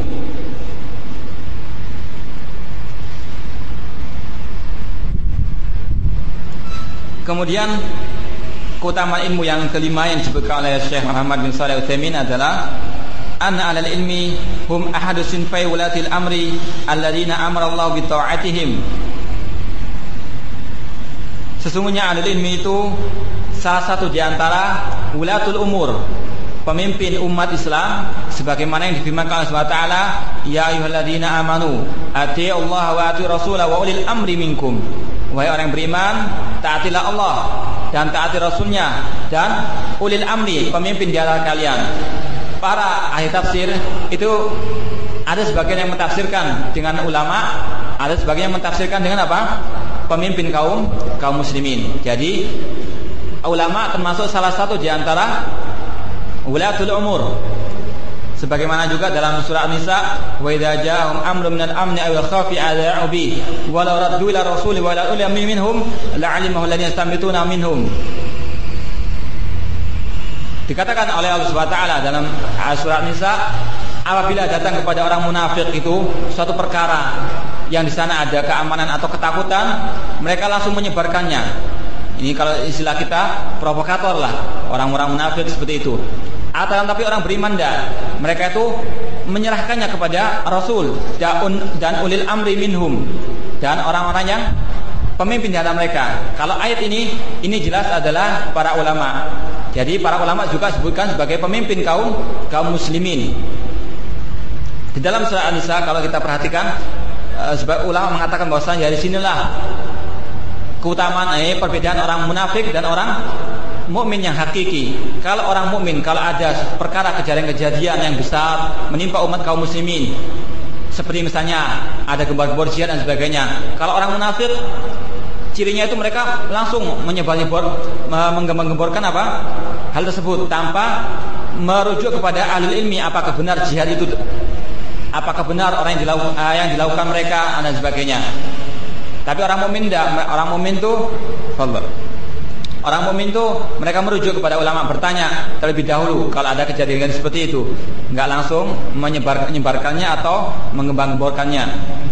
A: Kemudian keutamaan ilmu yang kelima yang disebutkan oleh Syekh Muhammad bin Shalih Al-Utsaimin adalah anna 'alal ilmi hum ahadu sinfai wulatil amri alladziina amara Allah bi ta'atihim. Sesungguhnya ahli ilmi itu salah satu di antara wulatul umur, pemimpin umat Islam, sebagaimana yang difirmankan oleh Allah Taala, ya ayyuhalladzina amanu atiiullaha wa atiiur rasulah wa ulil amri minkum. Wahai orang yang beriman, taatilah Allah dan taati Rasulnya dan ulil amri, pemimpin di antara kalian. Para ahli tafsir itu ada sebagian yang mentafsirkan dengan ulama, ada sebagian yang mentafsirkan dengan pemimpin kaum muslimin. Jadi ulama termasuk salah satu di antara wulatul umur. Sebagaimana juga dalam surah An-Nisa, wa idza ja'ahum amrun minal amni aw al-khawfi adza'u bi wa law raddu ila rasuli wa ila ulil amri minhum la'alimahu alladhina yastamituna minhum. Dikatakan oleh Allah Subhanahu wa taala dalam surah An-Nisa, apabila datang kepada orang munafik itu suatu perkara yang di sana ada keamanan atau ketakutan, mereka langsung menyebarkannya. Ini kalau istilah kita provokator lah, orang-orang munafik seperti itu. Tapi orang beriman tidak, mereka itu menyerahkannya kepada Rasul dan ulil amri minhum, dan orang-orang yang pemimpin di antara mereka. Kalau ayat ini jelas adalah para ulama. Jadi para ulama juga disebutkan sebagai pemimpin kaum muslimin. Di dalam surah An-Nisa kalau kita perhatikan, sebab ulama mengatakan bahwasanya dari sinilah keutamaan perbedaan orang munafik dan orang mukmin yang hakiki. Kalau orang mukmin, kalau ada perkara kejadian yang besar menimpa umat kaum muslimin, seperti misalnya ada gembar-gembor jihad dan sebagainya. Kalau orang munafik, cirinya itu mereka langsung menggembar-gemborkan hal tersebut tanpa merujuk kepada ahli ilmi, apakah benar jihad itu, apakah benar orang yang dilakukan mereka dan sebagainya. Tapi orang mukmin tidak. Orang mukmin itu mereka merujuk kepada ulama, bertanya terlebih dahulu kalau ada kejadian seperti itu, enggak langsung menyebarkannya atau menggembar-gemborkannya.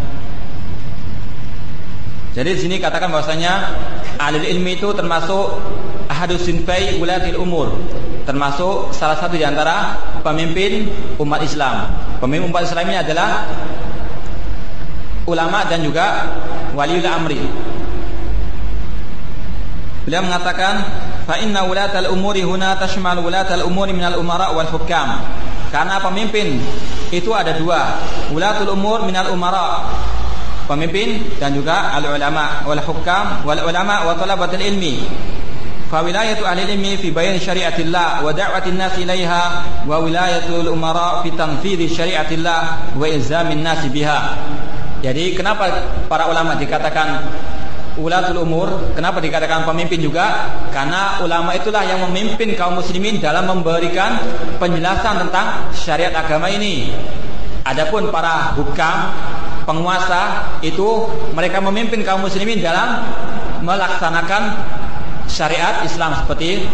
A: Jadi di sini katakan bahwasanya ahli ilmi itu termasuk ahadus sinfai ulatil umur, termasuk salah satu di antara pemimpin umat Islam. Pemimpin umat Islam ini adalah ulama dan juga waliul amri. Beliau mengatakan, fa inna ulatal umuri huna tashmal ulatal umuri minal umara wal hukam. Karena pemimpin itu ada dua, ulatul umur minal umara, pemimpin, dan juga al ulama wal hukam, wal ulama wa talabatul ilmi. Fa wilayatu ahli ilmi fi bayan syariatillah wa da'watin nas ilaiha, wa wilayatul umara fi tanfidhi syariatillah wa ilzamin nas biha. Jadi kenapa para ulama dikatakan ulatul umur, kenapa dikatakan pemimpin juga? Karena ulama itulah yang memimpin kaum muslimin dalam memberikan penjelasan tentang syariat agama ini. Adapun para hukam, penguasa, itu mereka memimpin kaum muslimin dalam melaksanakan syariat Islam seperti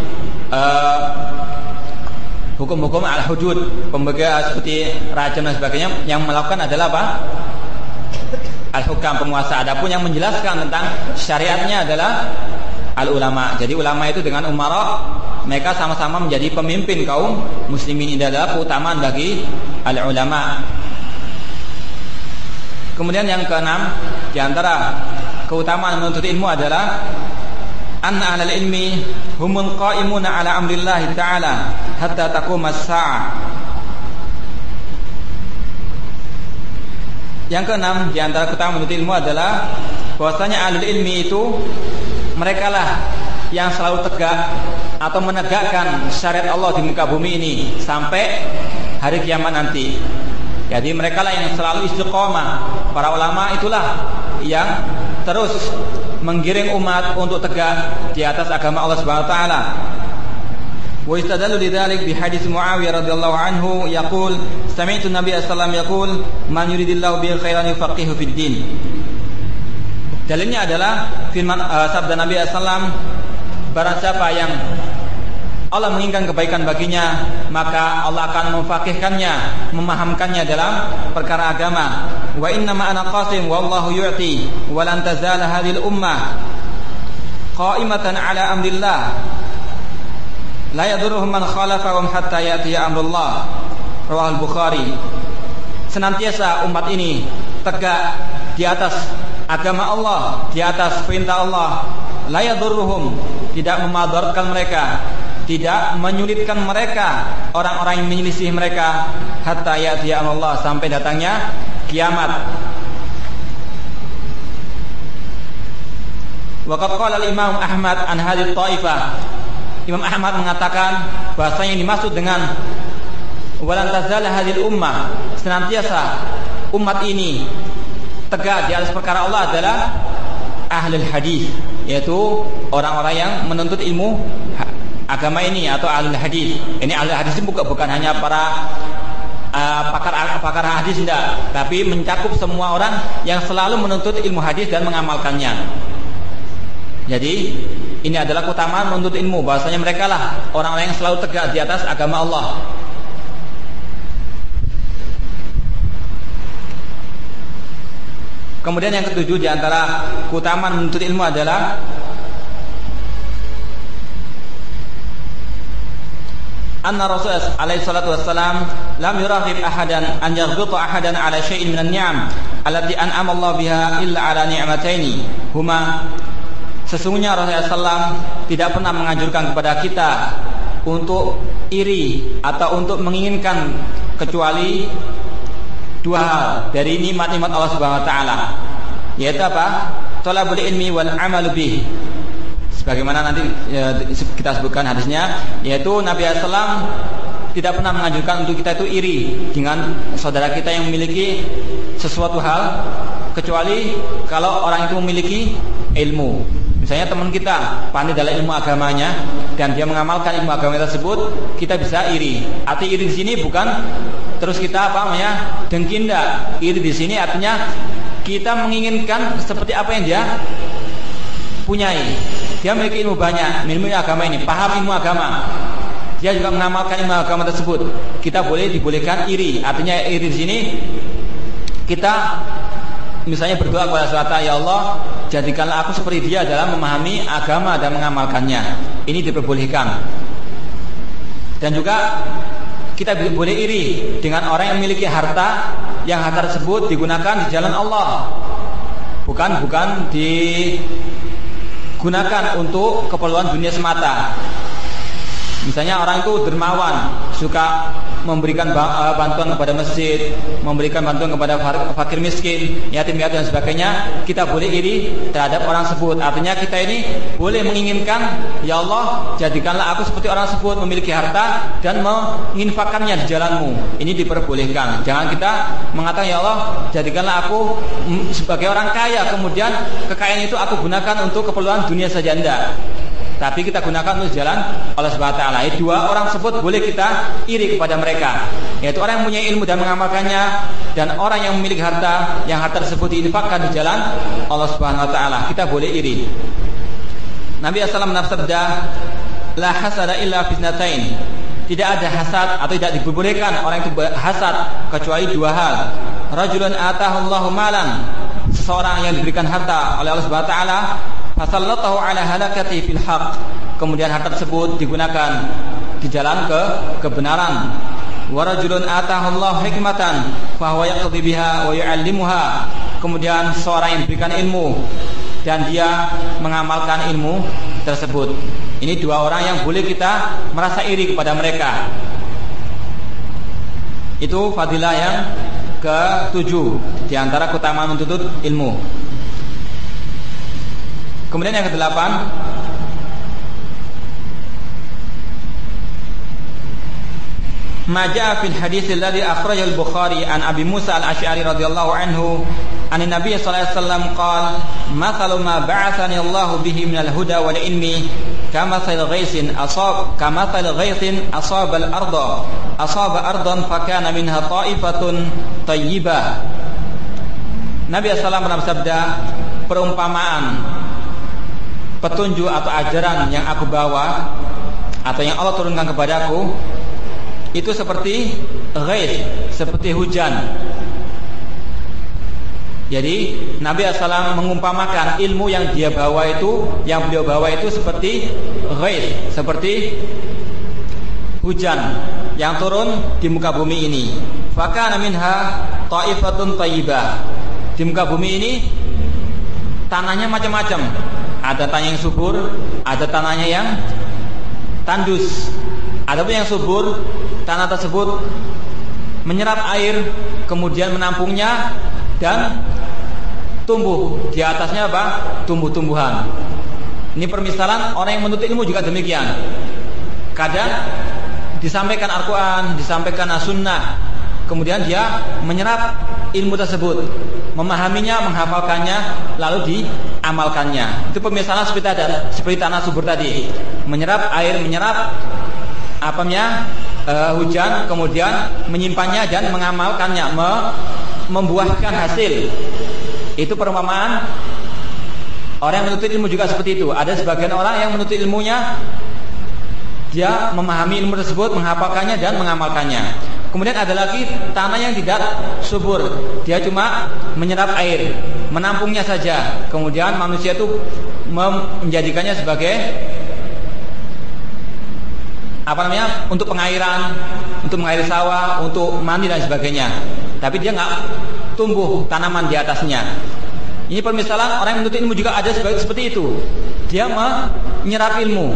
A: hukum-hukum al-hudud, pembegal seperti rajam dan sebagainya. Yang melakukan adalah apa? Al-hukam, penguasa. Adapun yang menjelaskan tentang syariatnya adalah al-ulama. Jadi ulama itu dengan umara, mereka sama-sama menjadi pemimpin kaum muslimin. Ini adalah keutamaan bagi al-ulama. Kemudian yang keenam, di antara keutamaan menuntut ilmu adalah anna ahlal ilmi humul qa'imuna ala amrillah ta'ala hatta taqumas sa'ah. Yang keenam di antara keutamaan menuntut ilmu adalah bahwasanya ahli ilmi itu mereka lah yang selalu tegak atau menegakkan syariat Allah di muka bumi ini sampai hari kiamat nanti. Jadi mereka lah yang selalu istiqomah. Para ulama itulah yang terus menggiring umat untuk tegak di atas agama Allah Subhanahu wa taala. Wa istadallu lidzalik bi hadits Muawiyah radhiyallahu anhu yaqul sami'tu Nabi sallallahu alaihi wasallam yaqul man yuridillahu bihi khairan yufaqihu fid din. Dalilnya adalah firman sabda Nabi sallallahu alaihi wasallam, barang siapa yang Allah menginginkan kebaikan baginya, maka Allah akan memfaqihkannya, memahamkannya dalam perkara agama. Wa inna ma ana qasim wallahu yu'ti wa lan tazala hadhil ummah qa'imatan ala amrillah la yadurruhum man khalafahum hatta ya'ti amrullah. Rawahul Bukhari. Senantiasa umat ini tegak di atas agama Allah, di atas perintah Allah. La yadurruhum, tidak memadarkan mereka, tidak menyulitkan mereka orang-orang yang menyelisih mereka hatta ya'ti amrullah, sampai datangnya kiamat. Wa qad qala al-Imam Ahmad an hadhihi taifah. Imam Ahmad mengatakan bahasanya yang dimaksud dengan walan tazala hadhil ummah, senantiasa umat ini tegak di atas perkara Allah, adalah ahlul hadis, yaitu orang-orang yang menuntut ilmu agama ini atau ahlul hadis. Ini ahlul hadis bukan hanya para pakar hadis, tidak, tapi mencakup semua orang yang selalu menuntut ilmu hadis dan mengamalkannya. Jadi ini adalah keutamaan menuntut ilmu, bahwasanya mereka lah orang-orang yang selalu tegak di atas agama Allah. Kemudian yang ketujuh di antara keutamaan menuntut ilmu adalah anna Rasulullah alaihi salatu wassalam lam yuraghib ahadan an yaghbita ahadan ala syai'in minan ni'am allati an'ama Allah biha illa ala ni'mataini huma. Sesungguhnya Rasulullah SAW tidak pernah menganjurkan kepada kita untuk iri atau untuk menginginkan kecuali dua hal dari nikmat-nikmat Allah Subhanahu wa taala. Yaitu apa? talabul ilmi wal amalu bih. Sebagaimana nanti kita sebutkan hadisnya, yaitu Nabi SAW tidak pernah menganjurkan untuk kita itu iri dengan saudara kita yang memiliki sesuatu hal, kecuali kalau orang itu memiliki ilmu. Misalnya teman kita pandai dalam ilmu agamanya dan dia mengamalkan ilmu agama tersebut, kita bisa iri. Arti iri di sini bukan terus kita dengki, enggak. Iri di sini artinya kita menginginkan seperti apa yang dia punyai. Dia memiliki ilmu banyak, ilmu agama ini, paham ilmu agama. Dia juga mengamalkan ilmu agama tersebut. Kita dibolehkan iri. Artinya iri di sini kita misalnya berdoa kepada Allah, ya Allah, jadikanlah aku seperti dia dalam memahami agama dan mengamalkannya. Ini diperbolehkan. Dan juga kita boleh iri dengan orang yang memiliki harta, yang harta tersebut digunakan di jalan Allah. Bukan digunakan untuk keperluan dunia semata. Misalnya orang itu dermawan, suka memberikan bantuan kepada masjid, memberikan bantuan kepada fakir miskin, yatim piatu dan sebagainya. Kita boleh iri terhadap orang tersebut. Artinya kita ini boleh menginginkan, ya Allah, jadikanlah aku seperti orang tersebut, memiliki harta dan menginfakkannya di jalanmu. Ini diperbolehkan. Jangan kita mengatakan, ya Allah, jadikanlah aku sebagai orang kaya, kemudian kekayaan itu aku gunakan untuk keperluan dunia saja. Enggak. Tapi kita gunakan untuk jalan Allah Subhanahu wa taala. Dua orang tersebut boleh kita iri kepada mereka, yaitu orang yang punya ilmu dan mengamalkannya, dan orang yang memiliki harta, yang harta tersebut diinfakkan di jalan Allah Subhanahu wa taala. Kita boleh iri. Nabi sallallahu alaihi wasallam bersabda, la hasada illa fitnatain. Tidak ada hasad atau tidak diperbolehkan orang itu hasad kecuali dua hal. Rajulun atahullahu malan, seseorang yang diberikan harta oleh Allah Subhanahu wa taala, fasallatahu ala halakati fil haq, kemudian harta tersebut digunakan di jalan kebenaran. Wa rajulun atahullahu hikmatan fa huwa yaqdi biha wa yu'allimuha, kemudian seorang yang diberikan ilmu dan dia mengamalkan ilmu tersebut. Ini dua orang yang boleh kita merasa iri kepada mereka. Itu fadilah yang ke-7 di antara keutamaan menuntut ilmu. Kemudian yang ke-8, ma jaa fil hadits alladhi akhrajahu al-Bukhari an Abi Musa al-Asy'ari radhiyallahu anhu an Nabi sallallahu alaihi wasallam qala mathalu ma ba'athani Allah bihi min al-huda wal ilmi kamathal ghaisin asaba ardan fakana minha ta'ifatun tayyibah. Nabi sallallahu alaihi wasallam pernah bersabda, perumpamaan petunjuk atau ajaran yang aku bawa atau yang Allah turunkan kepadaku itu seperti ghais, seperti hujan. Jadi Nabi SAW mengumpamakan ilmu yang dia bawa itu, yang beliau bawa itu seperti ghais, seperti hujan yang turun di muka bumi ini. Fakana minha ta'ifatun thayyibah. Di muka bumi ini tanahnya macam-macam. Ada tanah yang subur, ada tanahnya yang tandus. Ada pun yang subur, tanah tersebut menyerap air, kemudian menampungnya dan tumbuh di atasnya tumbuh-tumbuhan. Ini permisalan orang yang menuntut ilmu juga demikian. Kadang disampaikan Al-Quran, disampaikan As-Sunnah, kemudian dia menyerap ilmu tersebut, memahaminya, menghafalkannya, lalu diamalkannya. Itu permisalan seperti tanah subur tadi, menyerap air, menyerap hujan, kemudian menyimpannya dan mengamalkannya, membuahkan hasil. Itu perumpamaan orang yang menuntut ilmu juga seperti itu. Ada sebagian orang yang menuntut ilmunya, dia memahami ilmu tersebut, menghafalkannya dan mengamalkannya. Kemudian ada lagi tanah yang tidak subur, dia cuma menyerap air, menampungnya saja. Kemudian manusia itu menjadikannya sebagai untuk pengairan, untuk mengairi sawah, untuk mandi dan sebagainya. Tapi dia nggak tumbuh tanaman di atasnya. Ini permisalan orang yang menuntut ilmu juga ada seperti itu. Dia menyerap ilmu,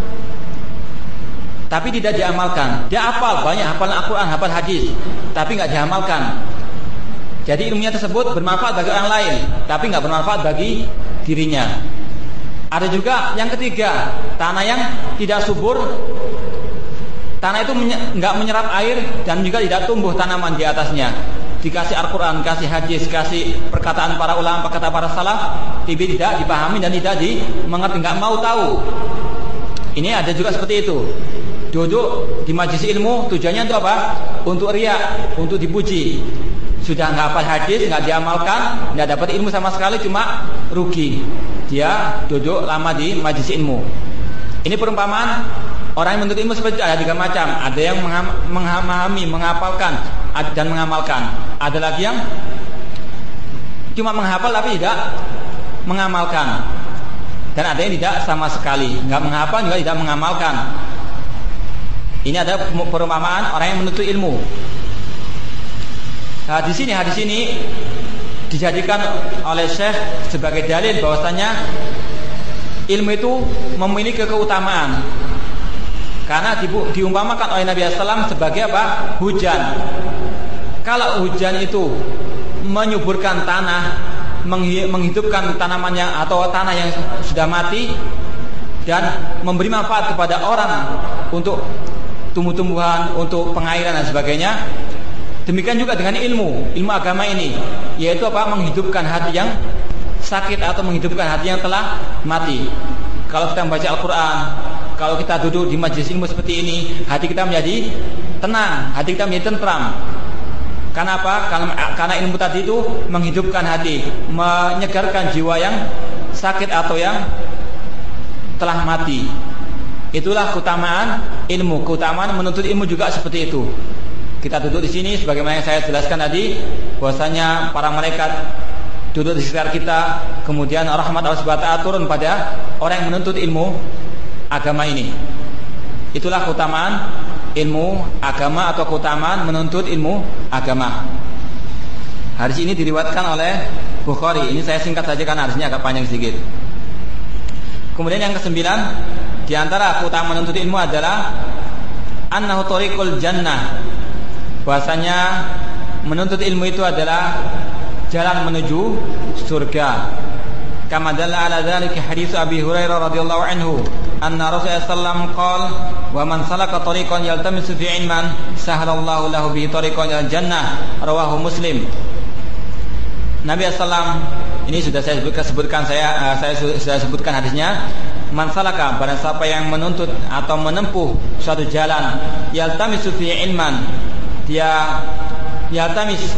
A: tapi tidak diamalkan. Dia hafal banyak, hafal Al-Quran, hafal hadis, tapi nggak diamalkan. Jadi ilmunya tersebut bermanfaat bagi orang lain, tapi nggak bermanfaat bagi dirinya. Ada juga yang ketiga, tanah yang tidak subur. Tanah itu enggak menyerap air dan juga tidak tumbuh tanaman di atasnya. Dikasih Al-Quran, kasih hadis, kasih perkataan para ulama, perkataan para salaf, tapi tidak dipahami dan tidak dimengerti, enggak mau tahu. Ini ada juga seperti itu. Duduk di majelis ilmu tujuannya untuk apa? Untuk riya, untuk dipuji. Sudah enggak hafal hadis, enggak diamalkan, enggak dapat ilmu sama sekali, cuma rugi. Dia duduk lama di majelis ilmu. Ini perumpamaan orang yang menuntut ilmu seperti itu ada 3 macam. Ada yang memahami, menghafalkan dan mengamalkan. Ada lagi yang cuma menghafal tapi tidak mengamalkan. Dan ada yang tidak sama sekali, enggak menghafal juga tidak mengamalkan. Ini ada perumpamaan orang yang menuntut ilmu. Hadis ini dijadikan oleh Syekh sebagai dalil bahwasanya ilmu itu memiliki keutamaan. Karena diumpamakan oleh Nabi SAW sebagai apa? Hujan. Kalau hujan itu menyuburkan tanah, menghidupkan tanamannya atau tanah yang sudah mati dan memberi manfaat kepada orang untuk tumbuh-tumbuhan, untuk pengairan dan sebagainya. Demikian juga dengan ilmu agama ini, yaitu apa? Menghidupkan hati yang sakit atau menghidupkan hati yang telah mati. Kalau kita membaca Al-Quran, kalau kita duduk di majelis ilmu seperti ini, hati kita menjadi tenang, hati kita menjadi tentram. Karena apa? Karena ilmu tadi itu menghidupkan hati, menyegarkan jiwa yang sakit atau yang telah mati. Itulah keutamaan ilmu. Keutamaan menuntut ilmu juga seperti itu. Kita duduk di sini sebagaimana yang saya jelaskan tadi, bahwasanya para malaikat duduk di sekitar kita, kemudian rahmat Allah Subhanahu wa ta'ala turun pada orang yang menuntut ilmu agama ini. Itulah keutamaan ilmu agama atau keutamaan menuntut ilmu agama. Hadis ini diriwayatkan oleh Bukhari. Ini saya singkat saja karena hadisnya agak panjang sedikit. Kemudian yang ke-9, di antara keutamaan menuntut ilmu adalah annahu thariqul jannah. Bahwasanya menuntut ilmu itu adalah jalan menuju surga. Kama dalla ala dzalika hadits Abi Hurairah radhiyallahu anhu anna Rasulullah sallallahu qala wa man salaka tariqan yaltamisu fi ilman sahalallahu lahu bihi tariqan ilal jannah, rawahu Muslim. Nabi sallallahu ini sudah saya sebutkan saya sudah sebutkan hadisnya. Man salaka, barang siapa yang menuntut atau menempuh suatu jalan, yaltamisu fi ilman, dia yaltamis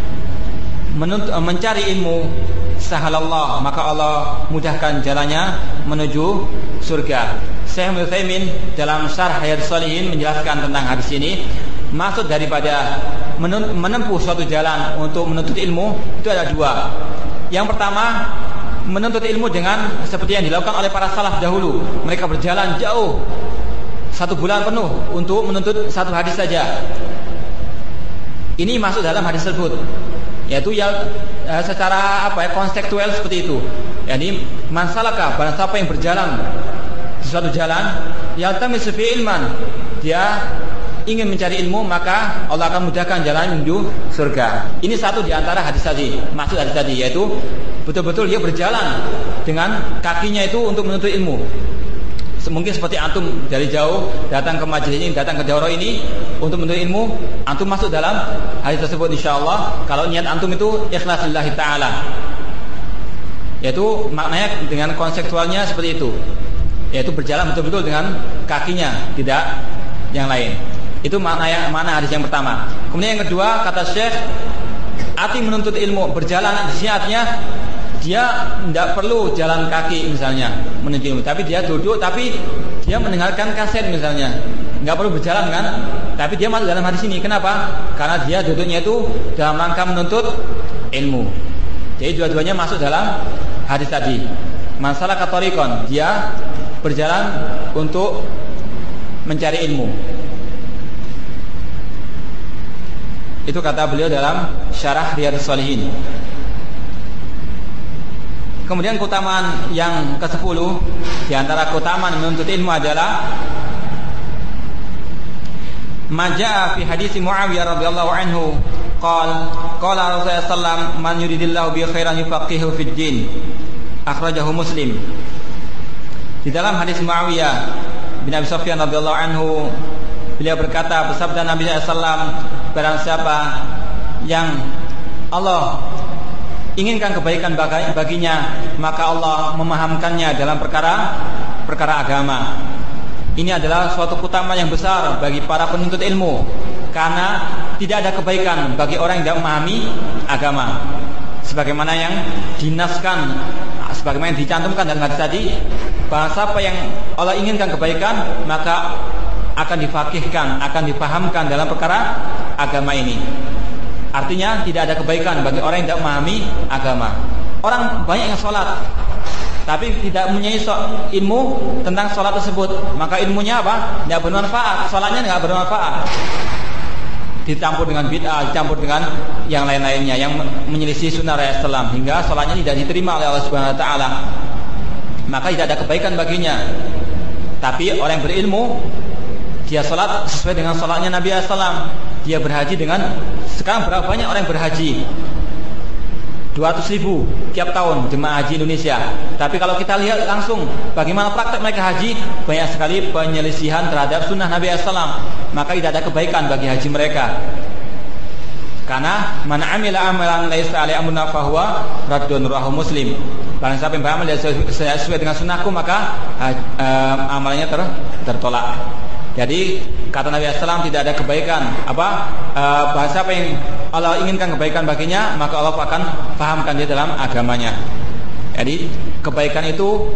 A: mencari ilmu, sahalallah, maka Allah mudahkan jalannya menuju surga. Syekh Utsaimin dalam Syarh Riyadhus Shalihin menjelaskan tentang hadis ini. Maksud daripada menempuh suatu jalan untuk menuntut ilmu itu ada 2. Yang pertama, menuntut ilmu dengan seperti yang dilakukan oleh para salaf dahulu. Mereka berjalan jauh 1 bulan penuh untuk menuntut satu hadis saja. Ini masuk dalam hadis tersebut, yaitu yang secara konseptual seperti itu. Yani man salaka, barang siapa yang berjalan di suatu jalan, yaltamisu fi ilman, dia ingin mencari ilmu, maka Allah akan mudahkan jalan menuju surga. Ini satu di antara hadis tadi, maksud hadis tadi, yaitu betul-betul dia berjalan dengan kakinya itu untuk menuntut ilmu. Mungkin seperti antum dari jauh datang ke majelis ini, datang ke daurah ini untuk menuntut ilmu, antum masuk dalam hadis tersebut insyaallah kalau niat antum itu ikhlas lillahi ta'ala. Yaitu maknanya dengan konseptualnya seperti itu, yaitu berjalan betul-betul dengan kakinya, tidak yang lain. Itu mana hadis yang pertama. Kemudian yang kedua, kata Syekh, arti menuntut ilmu berjalan di sini artinya dia tidak perlu jalan kaki misalnya menuntut ilmu, tapi dia duduk, tapi dia mendengarkan kaset misalnya, nggak perlu berjalan kan, tapi dia masuk dalam hadis ini. Kenapa? Karena dia duduknya itu dalam rangka menuntut ilmu. Jadi dua-duanya masuk dalam hadis tadi. Masalah katorikon, dia berjalan untuk mencari ilmu. Itu kata beliau dalam Syarah Riyadhus Shalihin. Kemudian keutamaan yang ke-10 di antara keutamaan menuntut ilmu adalah majaa fi hadis Muawiyah radhiyallahu anhu qala Rasulullah sallallahu man yuridillahu bi khairan yufaqihu fid din. akhrajahu Muslim. Di dalam hadis Muawiyah bin Abi Sufyan radhiyallahu anhu, beliau berkata, bersabda Nabi SAW, barang siapa yang Allah inginkan kebaikan baginya, maka Allah memahamkannya dalam perkara agama. Ini adalah suatu keutamaan yang besar bagi para penuntut ilmu, karena tidak ada kebaikan bagi orang yang tidak memahami agama. Sebagaimana yang dinaskan, sebagaimana yang dicantumkan dalam hadis tadi, bahwa siapa yang Allah inginkan kebaikan, maka akan difaqihkan, akan dipahamkan dalam perkara agama ini. Artinya tidak ada kebaikan bagi orang yang tidak memahami agama. Orang banyak yang sholat, tapi tidak mempunyai ilmu tentang sholat tersebut, maka ilmunya apa? Tidak bermanfaat, sholatnya tidak bermanfaat. Dicampur dengan bid'ah, dicampur dengan yang lain-lainnya yang menyelisih sunnah Rasulullah, hingga sholatnya tidak diterima oleh Allah Subhanahu Wa Taala. Maka tidak ada kebaikan baginya. Tapi orang yang berilmu, dia sholat sesuai dengan sholatnya Nabi SAW. Dia berhaji dengan, sekarang berapa banyak orang yang berhaji? 200.000 tiap tahun jemaah haji Indonesia. Tapi kalau kita lihat langsung bagaimana praktek mereka haji, banyak sekali penyelisihan terhadap sunnah Nabi SAW. Maka tidak ada kebaikan bagi haji mereka. Karena man amila amalan laisa alaihi amruna fahuwa raddun, rawahu Muslim. Barang siapa yang beramal sesuai dengan sunnahku, maka amalnya tertolak. Jadi kata Nabi SAW, tidak ada kebaikan. Bahasa siapa yang Allah inginkan kebaikan baginya, maka Allah akan fahamkan dia dalam agamanya. Jadi kebaikan itu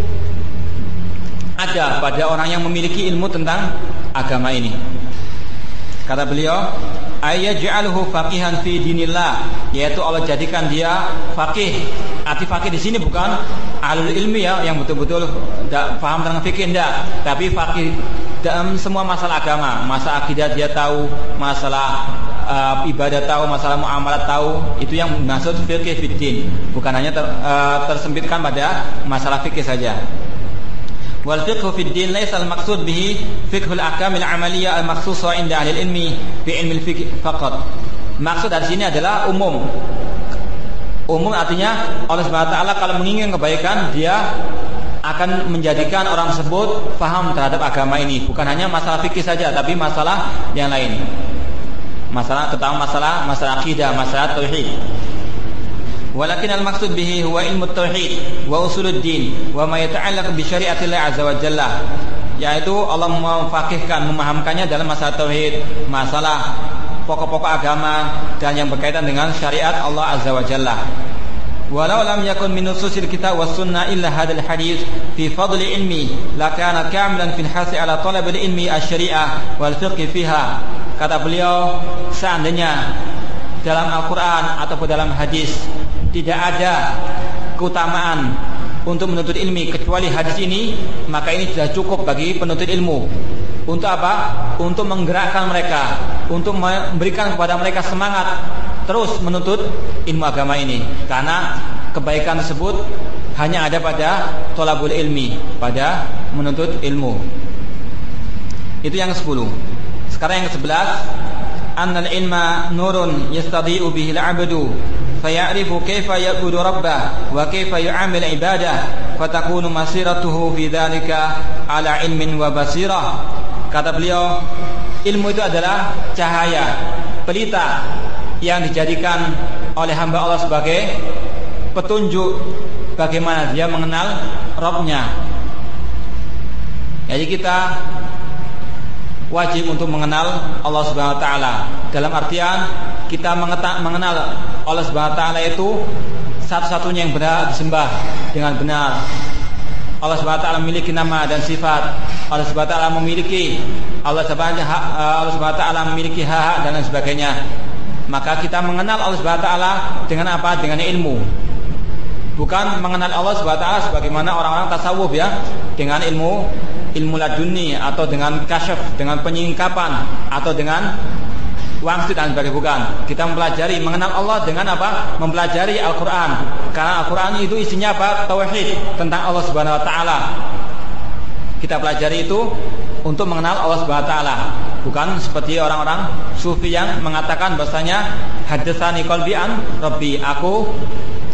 A: ada pada orang yang memiliki ilmu tentang agama ini. Kata beliau, ayyaj'aluhu faqihan fi dinillah, yaitu Allah jadikan dia faqih. Arti faqih di sini bukan ahlul ilmi ya, yang betul-betul paham tentang fikih, enggak, tapi faqih dalam semua masalah agama. Masalah akidah dia tahu, masalah ibadah tahu, masalah muamalat tahu. Itu yang maksud fikih fiddin, bukan hanya tersempitkan pada masalah fikih saja. Wal fiqhu fid din laysa al maqsud bihi fiqhul ahkam al amaliyah al makhsusah inda ahli ilmi fi ilmi al fiqh faqat. Maksud dari sini adalah umum. Umum artinya Allah Subhanahu wa taala kalau menginginkan kebaikan, dia akan menjadikan orang tersebut faham terhadap agama ini, bukan hanya masalah fikih saja, tapi masalah yang lain. Masalah tentang masalah akidah, masalah tauhid. Walakin al-maqsud bihi huwa ilmu tauhid wa usuluddin wa ma yata'allaq bi syari'atillah azza wa jalla, yaitu Allah memfaqihkan, memahamkannya dalam masalah tauhid, masalah pokok-pokok agama dan yang berkaitan dengan syariat Allah azza wa jalla. Walau lam yakun min nususil kitab was sunnah illa hadzal hadits fi fadli ilmi lakana kamilan fil hasi ala talab ilmi asy-syari'ah wal fiqh fiha. Kata beliau, seandainya dalam Al-Quran ataupun dalam hadis tidak ada keutamaan untuk menuntut ilmi kecuali hadis ini, maka ini sudah cukup bagi penuntut ilmu. Untuk apa? Untuk menggerakkan mereka, untuk memberikan kepada mereka semangat terus menuntut ilmu agama ini. Karena kebaikan tersebut hanya ada pada thalabul ilmi, pada menuntut ilmu. Itu yang ke-10. Sekarang yang ke-11, annal ilma nurun yastadi'u bihi al-'abdu faya'rifu kaifa ya'budu rabbah wa kaifa yu'amil ibadah fatakunu masiratuhu fi dzalika ala ilmin wa basirah. Kata beliau, ilmu itu adalah cahaya, pelita yang dijadikan oleh hamba Allah sebagai petunjuk bagaimana dia mengenal Rabb-nya. Jadi kita wajib untuk mengenal Allah Subhanahu wa taala. Dalam artian kita mengenal Allah Subhanahu wa taala itu satu-satunya yang berhak disembah dengan benar. Allah Subhanahu wa taala memiliki nama dan sifat. Allah Subhanahu wa taala memiliki Allah Subhanahu wa taala memiliki hak dan lain sebagainya. Maka kita mengenal Allah Subhanahu wa taala dengan apa? Dengan ilmu. Bukan mengenal Allah Subhanahu wa taala sebagaimana orang-orang tasawuf ya, dengan ilmu laduni atau dengan kasyaf, dengan penyingkapan atau dengan wangsit dan sebagainya. Bukan. Kita mempelajari mengenal Allah dengan apa? Mempelajari Al-Quran. Karena Al-Quran itu isinya apa? Tauhid tentang Allah Subhanahu wa taala. Kita pelajari itu untuk mengenal Allah Subhanahu wa taala. Bukan seperti orang-orang sufi yang mengatakan bahasanya hadatsani qalbi an rabbi, aku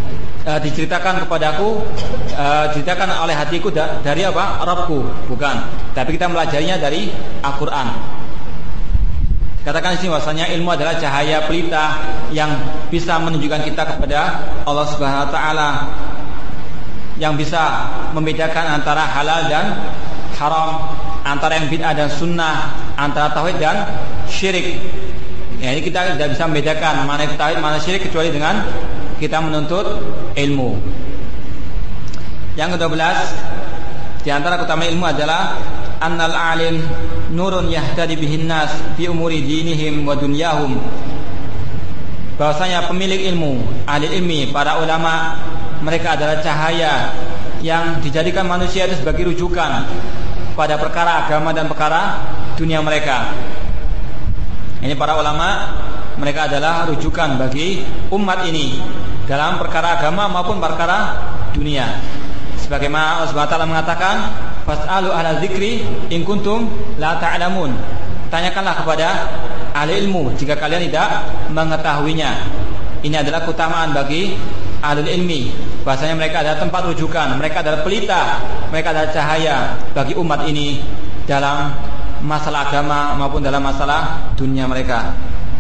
A: diceritakan kepadaku, diceritakan oleh hatiku dari apa? Rabbku, bukan. Tapi kita melajarinya dari Al-Quran. Katakan di sini bahwasanya ilmu adalah cahaya pelita yang bisa menunjukkan kita kepada Allah Subhanahu wa taala, yang bisa membedakan antara halal dan haram, antara yang bid'ah dan sunnah, antara tauhid dan syirik. Ya, ini kita tidak bisa membedakan mana tauhid mana syirik kecuali dengan kita menuntut ilmu. Yang ke-12 di antara keutamaan ilmu adalah annal alim nurun yahtadi bihin nas fi umuri dinihim wa dunyahum. Bahwasanya pemilik ilmu, ahli ilmi, para ulama, mereka adalah cahaya yang dijadikan manusia itu sebagai rujukan pada perkara agama dan perkara dunia mereka. Ini para ulama, mereka adalah rujukan bagi umat ini dalam perkara agama maupun perkara dunia. Sebagaimana Allah Subhanahu wa taala mengatakan, "Fas'alu ahla dzikri in kuntum la ta'lamun." Tanyakanlah kepada ahli ilmu jika kalian tidak mengetahuinya. Ini adalah keutamaan bagi ahli ilmi. Bahasanya mereka adalah tempat rujukan, mereka adalah pelita, mereka adalah cahaya bagi umat ini dalam masalah agama maupun dalam masalah dunia mereka.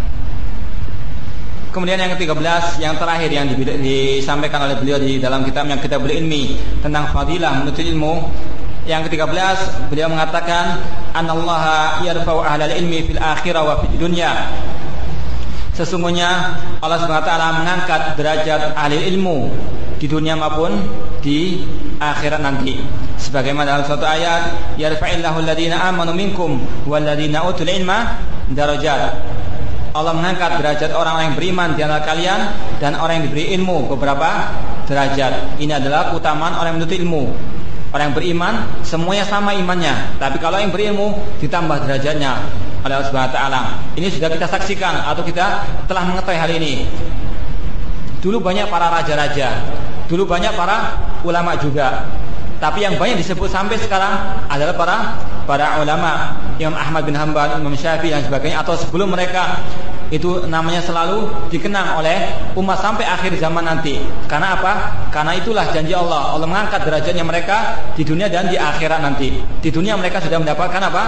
A: Kemudian yang ke-13, yang terakhir yang disampaikan oleh beliau di dalam kitab yang Kitabul Ilmi tentang fadilah menuntut ilmu. Yang ke-13, beliau mengatakan anallaha yarfa'u ahlal ilmi fil akhirah wa fid dunya. Sesungguhnya Allah Subhanahu wa taala mengangkat derajat ahli ilmu di dunia maupun di akhirat nanti. Sebagaimana dalam suatu ayat, yarfa'illahu alladhina amanu minkum walladhina utul ilma darajat. Allah mengangkat derajat orang-orang yang beriman di antara kalian dan orang yang diberi ilmu beberapa derajat. Ini adalah keutamaan orang yang menuntut ilmu. Orang yang beriman semuanya sama imannya, tapi kalau yang berilmu ditambah derajatnya oleh Allah Subhanahu wa taala. Ini sudah kita saksikan atau kita telah mengetahui hal ini. Dulu banyak para raja-raja, dulu banyak para ulama juga. Tapi yang banyak disebut sampai sekarang adalah para ulama, Imam Ahmad bin Hanbal, Imam Syafi'i dan sebagainya, atau sebelum mereka itu namanya selalu dikenang oleh umat sampai akhir zaman nanti. Karena apa? Karena itulah janji Allah. Allah mengangkat derajatnya mereka di dunia dan di akhirat nanti. Di dunia mereka sudah mendapatkan apa?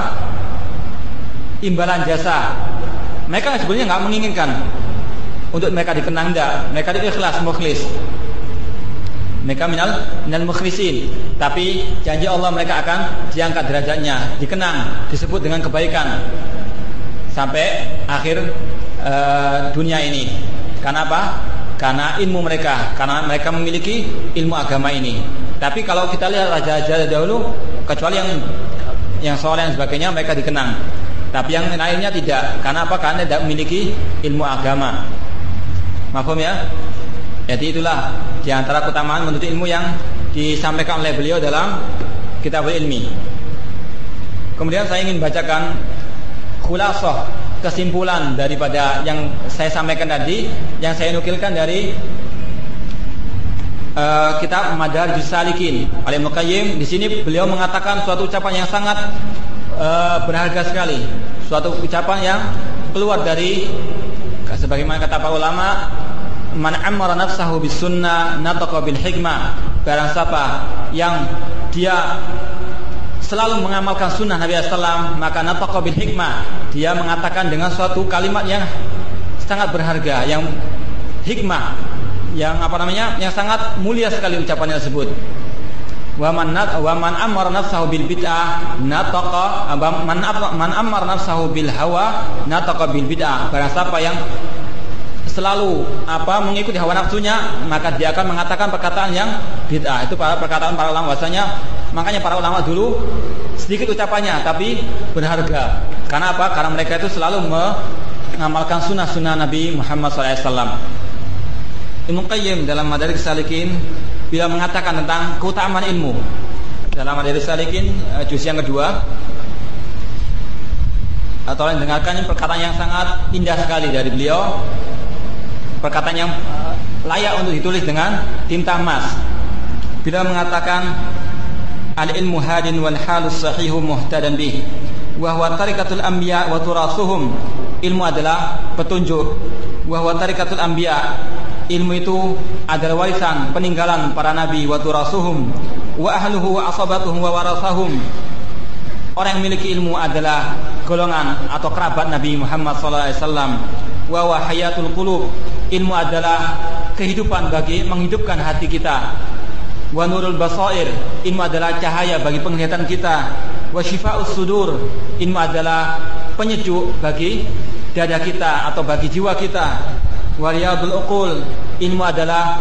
A: Imbalan jasa. Mereka sebenarnya nggak menginginkan untuk mereka dikenang, enggak. Mereka itu ikhlas, mukhlis. Mereka minal mukhlisin. Tapi janji Allah mereka akan diangkat derajatnya, dikenang, disebut dengan kebaikan sampai akhir dunia ini. Karena apa? Karena ilmu mereka, karena mereka memiliki ilmu agama ini. Tapi kalau kita lihat raja-raja dahulu, kecuali yang soleh dan sebagainya, mereka dikenang. Tapi yang lainnya tidak. Karena apa? Karena tidak memiliki ilmu agama. Mafhum ya? Jadi itulah di antara keutamaan menuntut ilmu yang disampaikan oleh beliau dalam Kitabul Ilmi. Kemudian saya ingin bacakan khulasah, kesimpulan daripada yang saya sampaikan tadi, yang saya nukilkan dari kitab Madarijus Salikin oleh Ibnu Qayyim. Di sini beliau mengatakan suatu ucapan yang sangat berharga sekali, suatu ucapan yang keluar dari sebagaimana kata para ulama, man amara nafsahu bis sunnah nataqa bil hikmah. Barang siapa yang dia selalu mengamalkan sunnah Nabi SAW, maka nataqa bil hikmah, dia mengatakan dengan suatu kalimat yang sangat berharga, yang hikmah, yang yang sangat mulia sekali ucapannya tersebut. Wa man amara nafsahu bil bid'ah nataqa man amara nafsahu bil hawa nataqa bil bid'ah. Barang siapa yang selalu mengikuti hawa nafsunya, maka dia akan mengatakan perkataan yang bid'ah. Itu perkataan para ulama bahasanya. Makanya para ulama dulu sedikit ucapannya tapi berharga. Karena apa? Karena mereka itu selalu mengamalkan sunnah-sunnah Nabi Muhammad SAW. Ibnu Qayyim dalam Madarijus Salikin bila mengatakan tentang keutamaan ilmu. Dalam Madarijus Salikin juz yang kedua, atau yang dengarkan ini perkataan yang sangat indah sekali dari beliau. Perkataan yang layak untuk ditulis dengan tinta emas. Bila mengatakan al-ilmu hadin wal halus sahihu muhtadan bih wa huwa tariqatul anbiya wa turasuhum. Ilmu adalah petunjuk. Wa huwa tariqatul anbiya. ilmu itu adalah warisan peninggalan para nabi wa turasuhum wa ahluhu wa asabatuhum wa warasahum. Orang yang memiliki ilmu adalah golongan atau kerabat Nabi Muhammad SAW. Wa hayatul qulub, ilmu adalah kehidupan bagi menghidupkan hati kita. Wa nurul basair, ilmu adalah cahaya bagi penglihatan kita. Wa shifaa'us sudur, ilmu adalah penyejuk bagi dada kita atau bagi jiwa kita. Wa riyadul uqul, ilmu adalah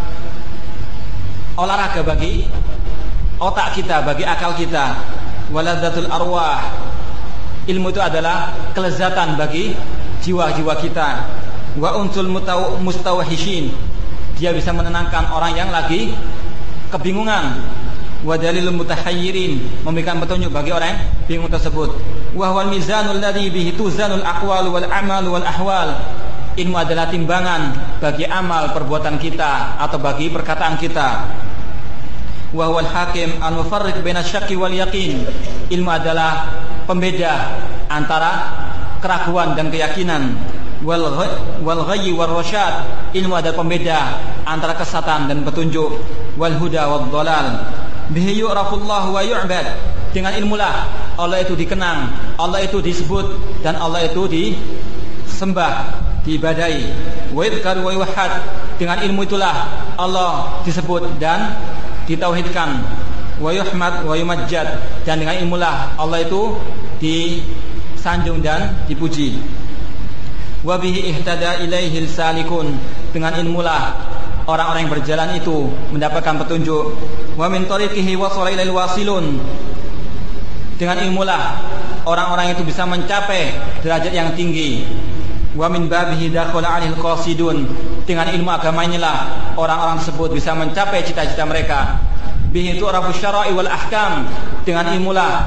A: olahraga bagi otak kita, bagi akal kita. Waladzatul arwah, ilmu itu adalah kelezatan bagi jiwa-jiwa kita. Wa unsul mustawhishin, dia bisa menenangkan orang yang lagi kebingungan. Wa dalilul mutahayyirin, memberikan petunjuk bagi orang yang bingung tersebut. Wa huwal mizanul ladzi bihi tuzanul aqwal wal a'mal wal ahwal, ilmu adalah timbangan bagi amal perbuatan kita atau bagi perkataan kita. Wa huwal hakim al-mufarriq baina syakki wal yaqin, ilmu adalah pembeda antara keraguan dan keyakinan. Wal ghayyi war rasyad, ilmu adalah pembeda antara kesesatan dan petunjuk. Wal huda wad dhalal, bihi yu'rafullahu wa yu'bad, dengan ilmulah Allah itu dikenang, Allah itu disebut, dan Allah itu disembah, diibadahi. Wa yadhkar wa yuwahhad, dengan ilmu itulah Allah disebut dan ditauhidkan. Wa yuhmad wa yumajjad, dan dengan ilmulah Allah itu disanjung dan dipuji. Wa bihi ihtada ilaihil salikun, dengan ilmulah orang-orang yang berjalan itu mendapatkan petunjuk. Wa min tariqihi wasala ilail wasilun, dengan ilmulah orang-orang itu bisa mencapai derajat yang tinggi. Wa min babihi dakhala 'alil qasidun, dengan ilmu agama inilah orang-orang tersebut bisa mencapai cita-cita mereka. Bihi tu'rafu syara'i wal ahkam, dengan ilmulah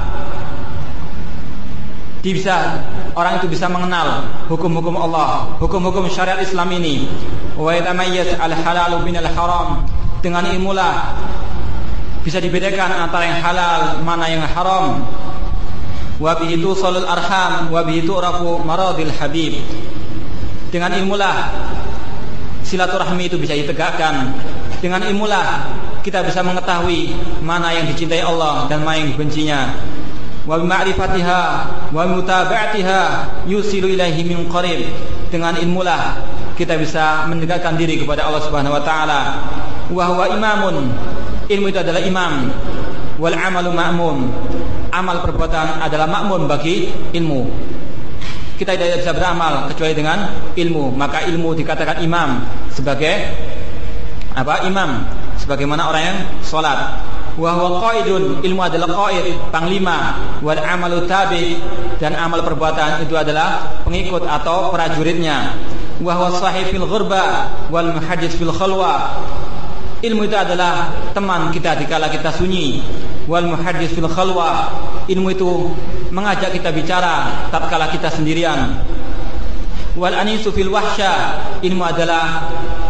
A: orang itu bisa mengenal hukum-hukum Allah, hukum-hukum syariat Islam ini. Wa yatamayyaz al-halalu minal haram, dengan ilmulah bisa dibedakan antara yang halal mana yang haram. Wa bihi tusalul arham wa bihi tu'rafu maradil habib, dengan ilmulah silaturahmi itu bisa ditegakkan. Dengan ilmulah kita bisa mengetahui mana yang dicintai Allah dan mana yang dibencinya. Wa ma'rifatiha wa mutaba'atiha yusilu ilaihi min qarib, dengan ilmulah kita bisa mendekatkan diri kepada Allah Subhanahu wa taala. Wa huwa imamun, ilmu itu adalah imam. Wal amalu ma'mum, amal perbuatan adalah makmum bagi ilmu. Kita tidak bisa beramal kecuali dengan ilmu, maka ilmu dikatakan imam sebagai apa? Imam, sebagaimana orang yang salat. Wa huwa qaidun, ilmu adalah qaid, panglima. Wal amalu tabi, dan amal perbuatan itu adalah pengikut atau prajuritnya. Wa huwa sahib fil ghurba wal muhaddits fil khalwa, ilmu itu adalah teman kita dikala kita sunyi. Wal muhaddits fil khalwa, ilmu itu mengajak kita bicara tatkala kita sendirian. Wal anisu fil wahsya, ilmu adalah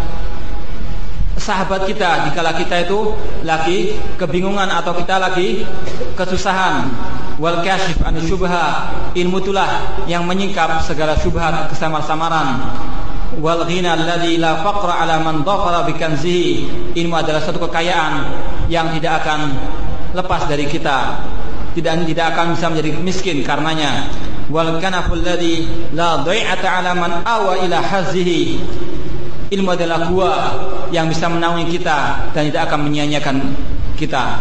A: sahabat kita dikala kita itu lagi kebingungan atau kita lagi kesusahan. Wal kasyif an syubha, ilmu itulah yang menyingkap segala syubhat, kesamar-samaran. Wal ghina alladzi la faqra ala man dhafara bi kanzihi, ilmu adalah satu kekayaan yang tidak akan lepas dari kita, tidak akan bisa menjadi miskin karenanya. Wal kanaful ladzi la dhai'ata ala man awa ila hazihi, ilmu adalah gua yang bisa menaungi kita dan tidak akan menyia-nyiakan kita.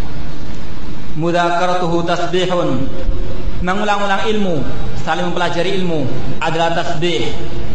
A: Mudzakaratuhu tasbihun, mengulang-ulang ilmu, saling mempelajari ilmu adalah tasbih,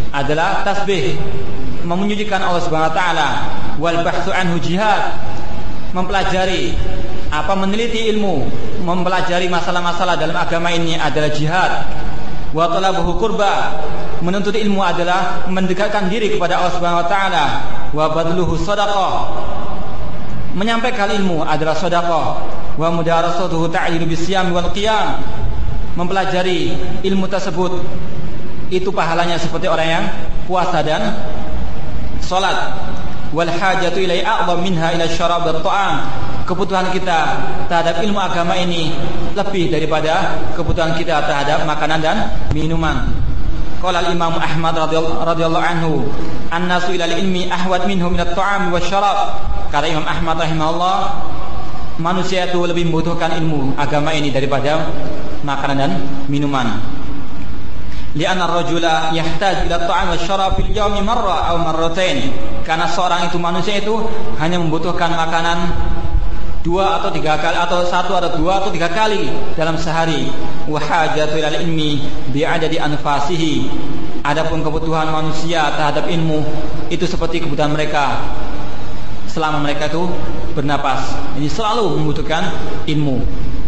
A: memujikan Allah Subhanahu wa taala. Wal bahtsu anhu jihad, mempelajari meneliti ilmu, mempelajari masalah-masalah dalam agama ini adalah jihad. Wa talabuhu qurba, menuntut ilmu adalah mendekatkan diri kepada Allah Subhanahu wa taala. Wa badluhu shadaqah, menyampaikan ilmu adalah sedekah. Wa mudarasatuhu ta'yidu bisyam wal qiyam, mempelajari ilmu tersebut itu pahalanya seperti orang yang puasa dan salat. Wal hajatu ilai a'dham minha ila syarab wat ta'am, kebutuhan kita terhadap ilmu agama ini lebih daripada kebutuhan kita terhadap makanan dan minuman. qala al-Imam Ahmad radhiyallahu anhu, "An-nasu ila al-ilmi ahwat minhu min at-ta'am wasyarab." Kata Imam Ahmad rahimahullah, manusia itu lebih membutuhkan ilmu agama ini daripada makanan dan minuman. Li'anna ar-rajula yahtaju ila at-ta'am wasyarab fil yawmi marra aw marratain. Karena seorang itu manusia itu hanya membutuhkan makanan 2 atau 3 kali, atau 1 atau 2 atau 3 kali dalam sehari. Wa hajatu ilal ilmi bi'adadi anfasihi. Adapun kebutuhan manusia terhadap ilmu itu seperti kebutuhan mereka selama mereka itu bernapas. Ini selalu membutuhkan ilmu.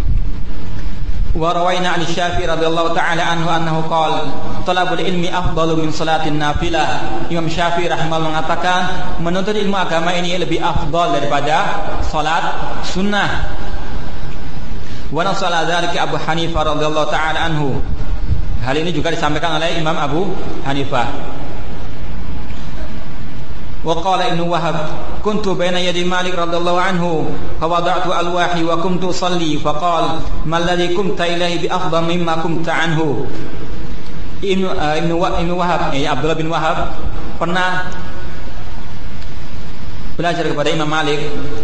A: Wa rawaina 'an Syafi'i radhiyallahu ta'ala anhu annahu qala talabul ilmi afdalu min salatin nafilah. Imam Syafi'i rahimahullah mengatakan menuntut ilmu agama ini lebih afdal daripada salat sunnah. Wa nasala dzalika Abu Hanifah radhiyallahu ta'ala anhu. Hal ini juga disampaikan oleh Imam Abu Hanifah. Wa qala Ibnu Wahab, kuntu baina yadi Malik radhiyallahu anhu fa wada'tu alwahi wa kuntu usalli fa qala mal ladzi kumta ilaihi bi afdal mimma kumta anhu. Ibnu Wahab, Abdullah bin Wahab pernah belajar kepada Imam Malik.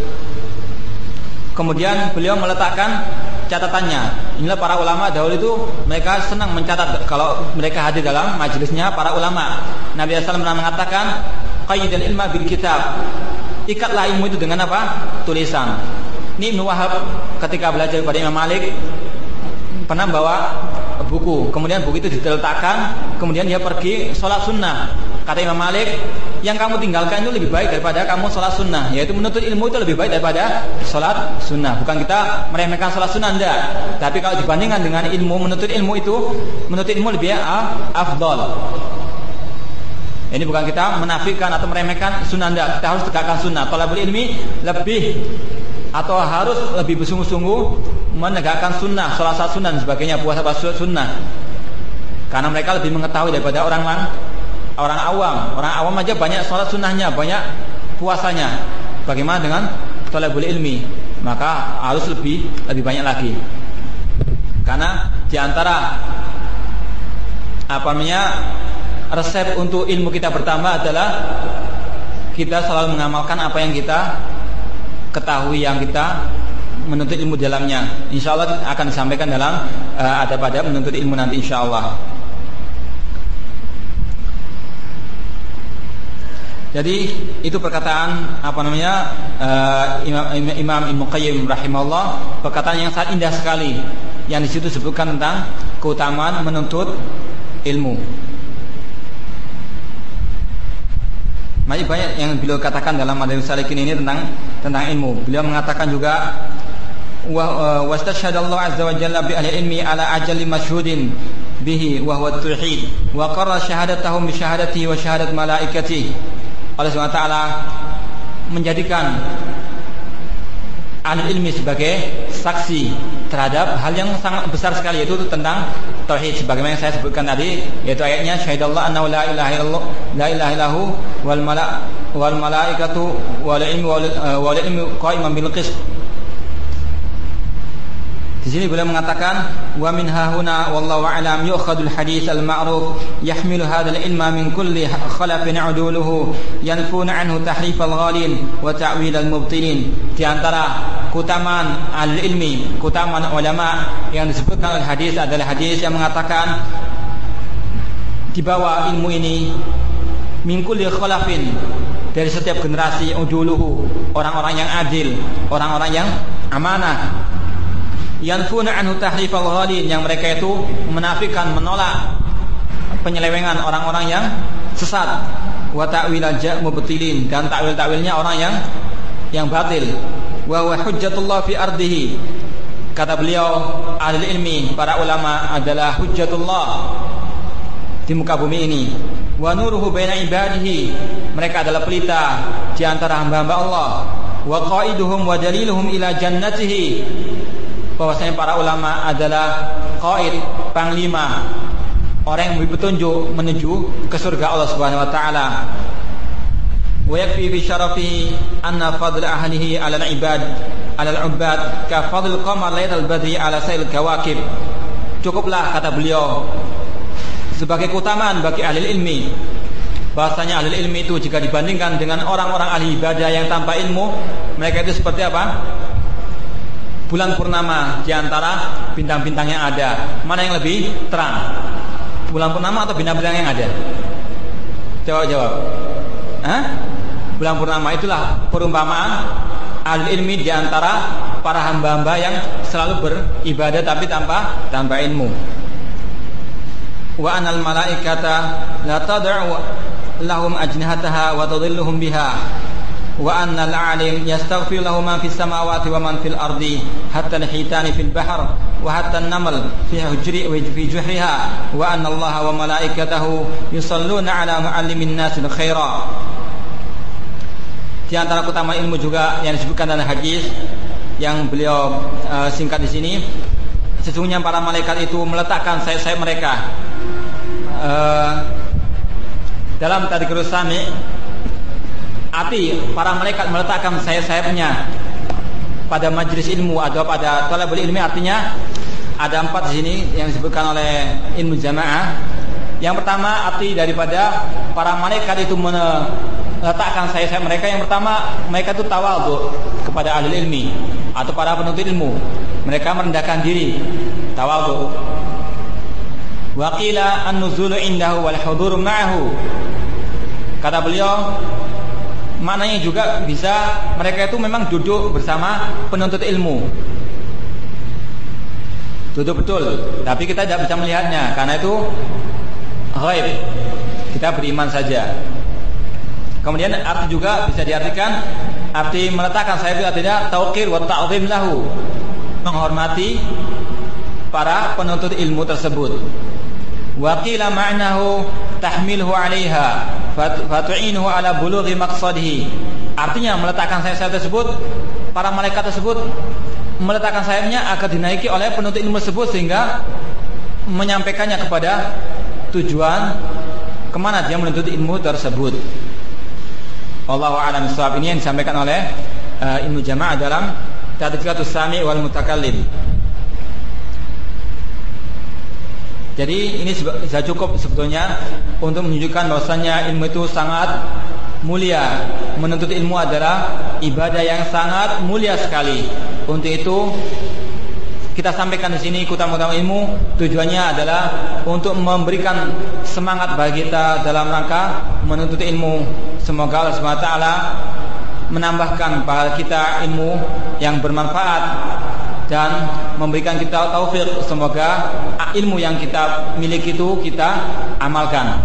A: Kemudian beliau meletakkan catatannya. Inilah para ulama dahulu itu mereka senang mencatat kalau mereka hadir dalam majelisnya para ulama. Nabi sallallahu alaihi wasallam mengatakan qayyidal ilma bil kitab. Ikatlah ilmu itu dengan apa? Tulisan. Ini Ibnu Wahab ketika belajar kepada Imam Malik pernah bawa buku, kemudian buku itu diletakkan, kemudian dia pergi sholat sunnah. Kata Imam Malik, yang kamu tinggalkan itu lebih baik daripada kamu sholat sunnah, yaitu menuntut ilmu itu lebih baik daripada sholat sunnah. Bukan kita meremehkan sholat sunnah, enggak. Tapi kalau dibandingkan dengan ilmu, menuntut ilmu itu, menuntut ilmu lebih afdal. Ini bukan kita menafikan atau meremehkan sunnah, enggak. Kita harus tegakkan sunnah. Thalabul ilmi lebih atau harus lebih bersungguh-sungguh menegakkan sunnah, sholat sunnah dan sebagainya, puasa sunnah. Karena mereka lebih mengetahui daripada orang awam. Orang awam aja banyak sholat sunnahnya, banyak puasanya. Bagaimana dengan thalabul ilmi? Maka harus lebih banyak lagi. Karena diantara resep untuk ilmu kita bertambah adalah kita selalu mengamalkan apa yang kita ketahui, yang kita menuntut ilmu dalamnya. Insya Allah akan disampaikan dalam ada pada menuntut ilmu nanti insya Allah. Jadi itu perkataan Imam Ibnu Qayyim rahimahullah, perkataan yang sangat indah sekali, yang di situ disebutkan tentang keutamaan menuntut ilmu. Masih banyak yang beliau katakan dalam Madarijus Salikin ini tentang ilmu. Beliau mengatakan juga wastashhadallahu azza wa jalla bi ahli ilmi ala ajali masyhudin bihi wa huwa at-tauhid wa qarra syahadatahum bi syahadatihi wa syahadat malaikatihi. Allah Subhanahu wa taala menjadikan ahli ilmi sebagai saksi terhadap hal yang sangat besar sekali, yaitu tentang tauhid, sebagaimana yang saya sebutkan tadi, yaitu ayatnya syahidallahu annahu la ilaha illallah la ilaha illahu wal malaikatu wal ilmu qa'iman bil qist. Di sini beliau mengatakan wa min hahuna wallahu a'lam yu'khadul hadits al-ma'ruf yahmilu hadzal ilma min kulli khalafin 'uduluhu yanfuna anhu tahrif al-ghalin wa ta'wil al-mubtilin. Di antara keutamaan al-ilmi, keutamaan ulama yang disebutkan oleh hadis adalah hadis yang mengatakan di bawah ilmu ini min kulli khalafin, dari setiap generasi, uduluhu, orang-orang yang adil, orang-orang yang amanah, yanfuna anhu tahrifal ghalin, yang mereka itu menafikan, menolak penyelewengan orang-orang yang sesat, wa ta'wilal mubtilin, dan takwil-takwilnya orang yang batil, wa huwa hujjatullah fi ardihi. Kata beliau, ahli ilmi, para ulama adalah hujjatullah di muka bumi ini, wa nuruhu baina ibadihi, mereka adalah pelita di antara hamba-hamba Allah, wa qaiduhum wa daliluhum ila jannatihi, bahwasanya para ulama adalah qaid, panglima, orang yang memberi petunjuk menuju ke surga Allah Subhanahu wa taala. Wa yakfi bi syarafihi anna fadl ahlihi 'ala al-ibad 'ala al-'ubbad ka fadl qamar laylatul badri 'ala sail kawakib. Cukuplah, kata beliau, sebagai keutamaan bagi ahli ilmi. Bahasanya ahli ilmi itu jika dibandingkan dengan orang-orang ahli ibadah yang tanpa ilmu, mereka itu seperti apa? Bulan purnama di antara bintang-bintang yang ada. Mana yang lebih terang? Bulan purnama atau bintang-bintang yang ada? Jawab. Bulan purnama. Itulah perumpamaan ahli ilmi di antara para hamba-hamba yang selalu beribadah tapi tanpa ilmu. Wa anal malaikata la tad'u lahum ajnihataha wa tadhilluhum biha wa annal 'alim yastaghfir lahum man fis samawati wa man fil ardi hatta al-hitani fil bahr wa hatta an-naml fi juhriha wa anna allaha wa malaikatahu yusalluna 'ala mu'allimin nasil khaira. Di antara keutamaan ilmu juga yang disebutkan dalam hadis yang beliau singkat di sini, sesungguhnya para malaikat itu meletakkan sayap-sayap mereka dalam tadhkirus sami, arti para malaikat meletakkan sayap-sayapnya pada majelis ilmu atau pada thalabul ilmi. Artinya ada 4 di sini yang disebutkan oleh ilmu jamaah. Yang pertama, arti daripada para malaikat itu meletakkan sayap-sayap mereka. Yang pertama, mereka itu tawadhu kepada ahli ilmi atau para penuntut ilmu. Mereka merendahkan diri, tawadhu. Wa qila an-nuzulu indahu wal huduru ma'ahu. Kata beliau, maknanya juga bisa mereka itu memang duduk bersama penuntut ilmu. Duduk betul, tapi kita tidak bisa melihatnya karena itu ghaib. Kita beriman saja. Kemudian arti juga bisa diartikan, arti meletakkan sayap itu artinya tauqir wa ta'zim lahu, menghormati para penuntut ilmu tersebut. Wa qila ma'nahu tahmiluhu 'alaiha fatu'inuhu 'ala bulughi maqsadihi. Artinya meletakkan sayap tersebut, para malaikat tersebut meletakkan sayapnya agar dinaiki oleh penuntut ilmu tersebut sehingga menyampaikannya kepada tujuan kemana dia menuntut ilmu tersebut. Wallahu a'lam bishawab. Ini yang disampaikan oleh ilmu jamaah dalam tadhkiratus sami' wal mutakallim. Jadi ini sudah cukup sebetulnya untuk menunjukkan bahwasanya ilmu itu sangat mulia. Menuntut ilmu adalah ibadah yang sangat mulia sekali. Untuk itu kita sampaikan di sini keutamaan ilmu, tujuannya adalah untuk memberikan semangat bagi kita dalam rangka menuntut ilmu. Semoga Allah SWT menambahkan pada kita ilmu yang bermanfaat dan memberikan kita taufik. Semoga ilmu yang kita miliki itu kita amalkan.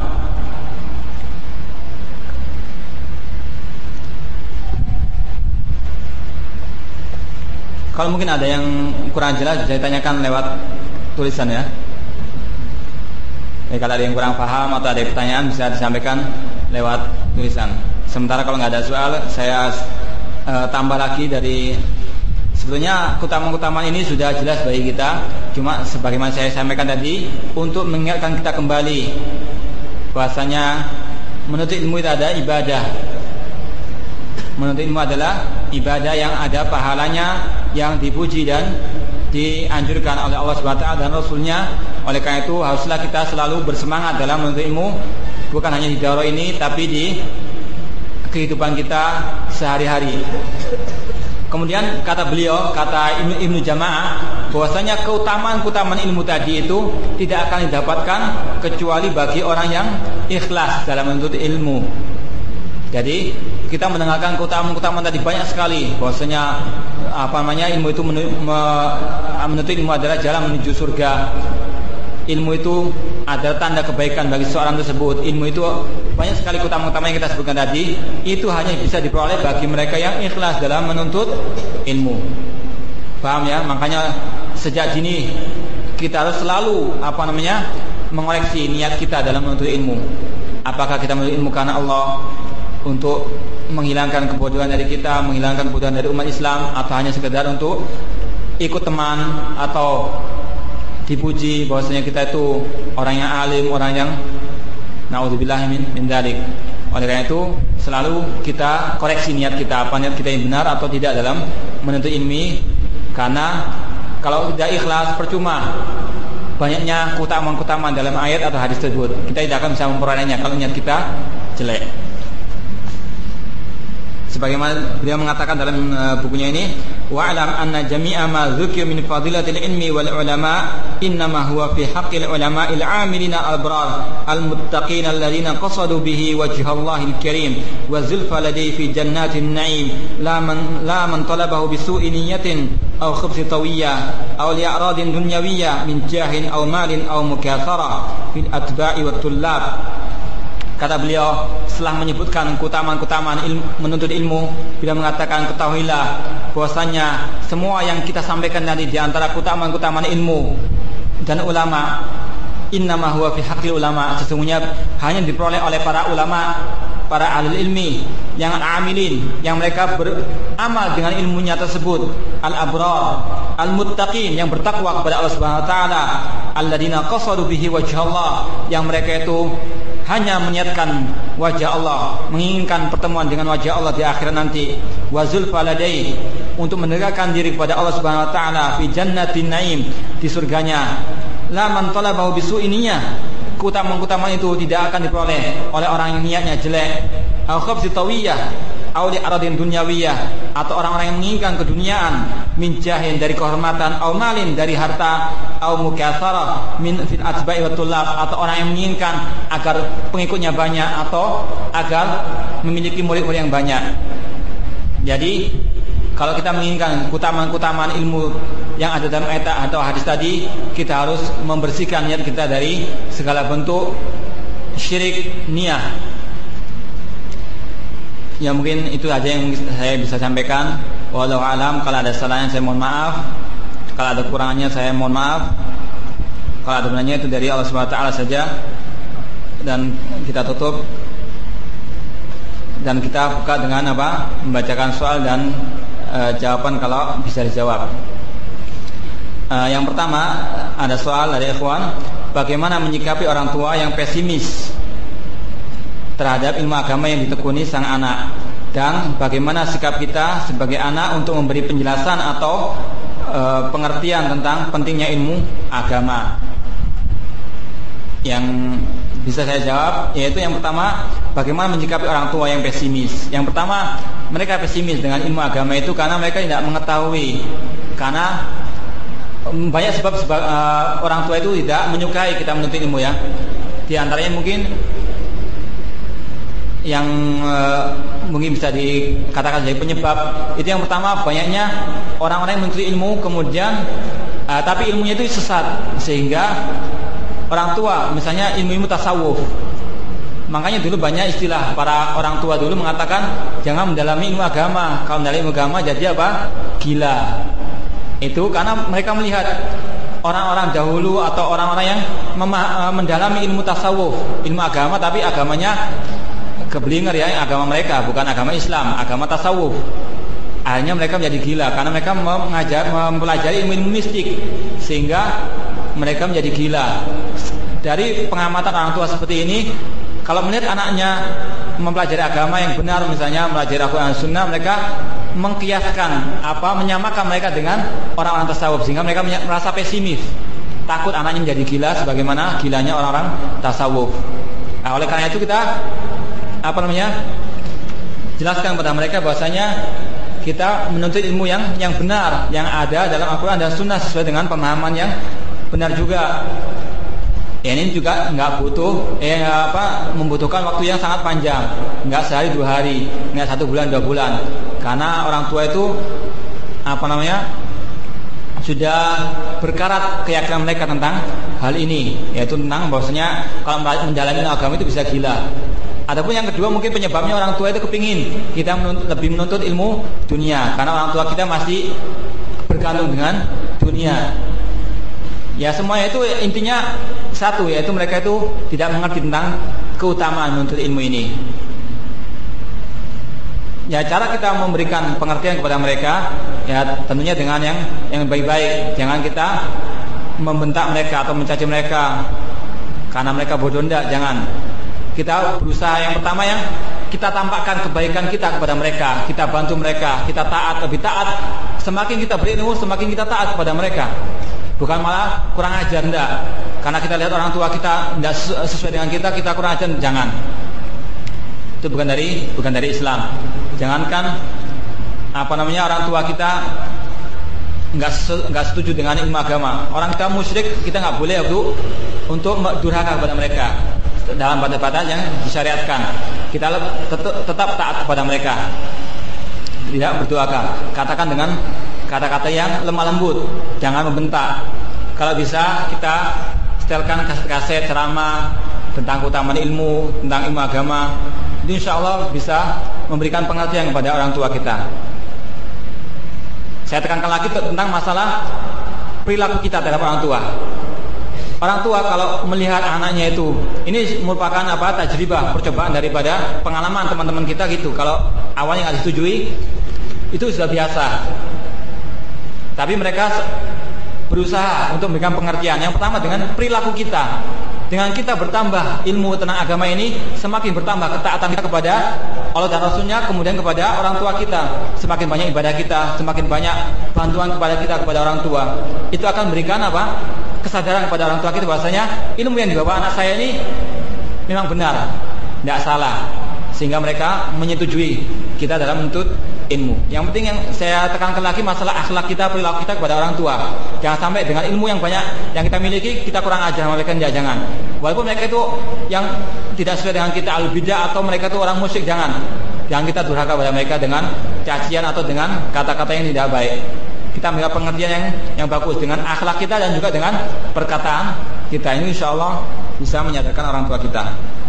A: Kalau mungkin ada yang kurang jelas bisa ditanyakan lewat tulisan ya. Kalau ada yang kurang paham atau ada pertanyaan bisa disampaikan lewat tulisan. Sementara kalau nggak ada soal, saya tambah lagi dari sebetulnya keutamaan ini sudah jelas bagi kita. Cuma sebagaimana saya sampaikan tadi, untuk mengingatkan kita kembali bahwasanya menuntut ilmu itu ada ibadah. Menuntut ilmu adalah ibadah yang ada pahalanya, yang dipuji dan dianjurkan oleh Allah SWT dan Rasulnya. Oleh karena itu haruslah kita selalu bersemangat dalam menuntut ilmu, bukan hanya di daurah ini tapi di kehidupan kita sehari-hari. Kemudian kata beliau, kata Ibnu Jamaah, bahwasanya keutamaan ilmu tadi itu tidak akan didapatkan kecuali bagi orang yang ikhlas dalam menuntut ilmu. Jadi kita mendengarkan keutamaan tadi banyak sekali, bahwasanya ilmu itu menuntut ilmu adalah jalan menuju surga. Ilmu itu adalah tanda kebaikan bagi seorang tersebut. Ilmu itu banyak sekali keutamaan yang kita sebutkan tadi, itu hanya bisa diperoleh bagi mereka yang ikhlas dalam menuntut ilmu. Paham ya? Makanya sejak dini kita harus selalu mengoreksi niat kita dalam menuntut ilmu. Apakah kita menuntut ilmu karena Allah untuk menghilangkan kebodohan dari kita, menghilangkan kebodohan dari umat Islam, atau hanya sekedar untuk ikut teman atau dipuji bahwasanya kita itu orang yang alim, orang yang naudzubillah min dzalik. Oleh karena itu selalu kita koreksi niat kita, apa niat kita yang benar atau tidak dalam menuntut ilmu. Karena kalau tidak ikhlas percuma. banyaknya keutamaan-keutamaan dalam ayat atau hadis tersebut. Kita tidak akan bisa memperolehnya kalau niat kita jelek. Sebagaimana beliau mengatakan dalam bukunya ini, wa'lam anna jami'a ma dzukira min fadilatil ilmi wal ulama innama huwa fi haqqil ulama'il 'amilina al-abrar al-muttaqin alladziina qasadu bihi wajhallahil karim wa zulfa ladai fi jannatin na'im la man talabahu bi su'i niyyatin aw khubsi tawiyyah aw li'radin dunyawiyyah min jahin aw malin aw mukathara fil atba'i wat tullab. Kata beliau setelah menyebutkan keutamaan-keutamaan menuntut ilmu, bila mengatakan ketahuilah bahwasanya semua yang kita sampaikan tadi di antara keutamaan-keutamaan ilmu dan ulama, innama huwa fi haqqil ulama, sesungguhnya hanya diperoleh oleh para ulama, para ahli ilmi yang amilin, yang mereka beramal dengan ilmunya tersebut, al-abrar, al-muttaqin, yang bertakwa kepada Allah Subhanahu wa taala, alladziina qasadu bihi wajhallah, yang mereka itu hanya meniatkan wajah Allah, menginginkan pertemuan dengan wajah Allah di akhirat nanti, wa zulfa ladai, untuk mendekatkan diri kepada Allah Subhanahu wa taala fi jannatin naim, di surganya. La man talabahu bisu'in niyyah, keutamaan itu tidak akan diperoleh oleh orang yang niatnya jelek, au khabsi tawiyah, au li aradin dunyawiyah, atau orang-orang yang menginginkan keduniaan, min jahin, dari kehormatan, au malin, dari harta, au mukatsara min fil atba'i wat tullab, atau orang yang menginginkan agar pengikutnya banyak atau agar memiliki murid-murid yang banyak. Jadi kalau kita menginginkan keutamaan-keutamaan ilmu yang ada dalam ayat atau hadis tadi, kita harus membersihkan niat kita dari segala bentuk syirik niyah. Ya, mungkin itu aja yang saya bisa sampaikan. Wallahu alam. Kalau ada salahnya saya mohon maaf. Kalau ada kurangannya saya mohon maaf. Kalau ada benarnya itu dari Allah Subhanahu wa taala saja. Dan kita tutup dan kita buka dengan apa? Membacakan soal dan jawaban kalau bisa dijawab. Yang pertama ada soal dari ikhwan, bagaimana menyikapi orang tua yang pesimis terhadap ilmu agama yang ditekuni sang anak, dan bagaimana sikap kita sebagai anak untuk memberi penjelasan atau pengertian tentang pentingnya ilmu agama. Yang bisa saya jawab yaitu yang pertama, bagaimana menyikapi orang tua yang pesimis. Yang pertama, mereka pesimis dengan ilmu agama itu karena mereka tidak mengetahui, karena banyak sebab orang tua itu tidak menyukai kita menuntut ilmu ya. Di antaranya mungkin yang mungkin bisa dikatakan jadi penyebab itu, yang pertama banyaknya orang-orang yang menuntut ilmu kemudian tapi ilmunya itu sesat, sehingga orang tua misalnya ilmu tasawuf, makanya dulu banyak istilah para orang tua dulu mengatakan jangan mendalami ilmu agama, kalau mendalami ilmu agama jadi apa? Gila. Itu karena mereka melihat orang-orang dahulu atau orang-orang yang mendalami ilmu tasawuf, ilmu agama, tapi agamanya keblinger ya, agama mereka bukan agama Islam, agama tasawuf. Akhirnya mereka menjadi gila karena mereka mempelajari ilmu mistik, sehingga mereka menjadi gila. Dari pengamatan orang tua seperti ini, kalau melihat anaknya mempelajari agama yang benar, misalnya mempelajari Al-Quran Sunnah, mereka mengkiaskan menyamakan mereka dengan orang-orang tasawuf, sehingga mereka merasa pesimis, takut anaknya menjadi gila sebagaimana gilanya orang-orang tasawuf. Nah, oleh karena itu kita jelaskan kepada mereka bahwasanya kita menuntut ilmu yang benar, yang ada dalam Al-Quran dan Sunnah sesuai dengan pemahaman yang benar juga. Ya, ini juga nggak butuh membutuhkan waktu yang sangat panjang, nggak sehari 2 hari, nggak 1 bulan 2 bulan, karena orang tua itu sudah berkarat keyakinan mereka tentang hal ini, yaitu tentang bahwasanya kalau menjalani agama itu bisa gila. Adapun yang kedua, mungkin penyebabnya orang tua itu kepingin kita lebih menuntut ilmu dunia, karena orang tua kita masih bergantung dengan dunia. Ya, semuanya itu intinya satu, yaitu mereka itu tidak mengerti tentang keutamaan menuntut ilmu ini. Ya, cara kita memberikan pengertian kepada mereka ya tentunya dengan yang baik-baik. Jangan kita membentak mereka atau mencaci mereka karena mereka bodoh, jangan. Kita berusaha, yang pertama yang kita tampakkan kebaikan kita kepada mereka, kita bantu mereka, kita taat, lebih taat. Semakin kita berilmu, semakin kita taat kepada mereka. Bukan malah kurang ajar, enggak. Karena kita lihat orang tua kita tidak sesuai dengan kita kurang ajar, jangan. Itu bukan dari Islam. Jangankan orang tua kita enggak setuju dengan ilmu agama. Orang kita musyrik, kita enggak boleh untuk durhaka kepada mereka dalam batas-batas yang disyariatkan. Kita tetap taat kepada mereka. Tidak berdurhaka. Katakan dengan kata-kata yang lemah lembut, jangan membentak. Kalau bisa kita setelkan kaset-kaset ceramah tentang keutamaan ilmu, tentang ilmu agama. Itu insya Allah bisa memberikan pengertian kepada orang tua kita. Saya tekankan lagi tentang masalah perilaku kita terhadap orang tua. Orang tua kalau melihat anaknya itu, ini merupakan tajribah, percobaan daripada pengalaman teman-teman kita gitu. Kalau awalnya nggak disetujui, itu sudah biasa. Tapi mereka berusaha untuk memberikan pengertian. Yang pertama dengan perilaku kita. Dengan kita bertambah ilmu tentang agama ini, semakin bertambah ketaatan kita kepada Allah dan Rasulnya, kemudian kepada orang tua kita. Semakin banyak ibadah kita, semakin banyak bantuan kepada kita, kepada orang tua. Itu akan memberikan kesadaran kepada orang tua kita bahwasanya ilmu yang dibawa anak saya ini memang benar, tidak salah. Sehingga mereka menyetujui kita dalam menuntut ilmu. Yang penting yang saya tekankan lagi masalah akhlak kita, perilaku kita kepada orang tua. Jangan sampai dengan ilmu yang banyak yang kita miliki kita kurang ajar sama mereka, jangan. Walaupun mereka itu yang tidak sesuai dengan kita al-bidah atau mereka itu orang musyrik, jangan kita durhaka pada mereka dengan cacian atau dengan kata-kata yang tidak baik. Kita ambil pengertian yang bagus dengan akhlak kita dan juga dengan perkataan kita. Ini insya Allah bisa menyadarkan orang tua kita.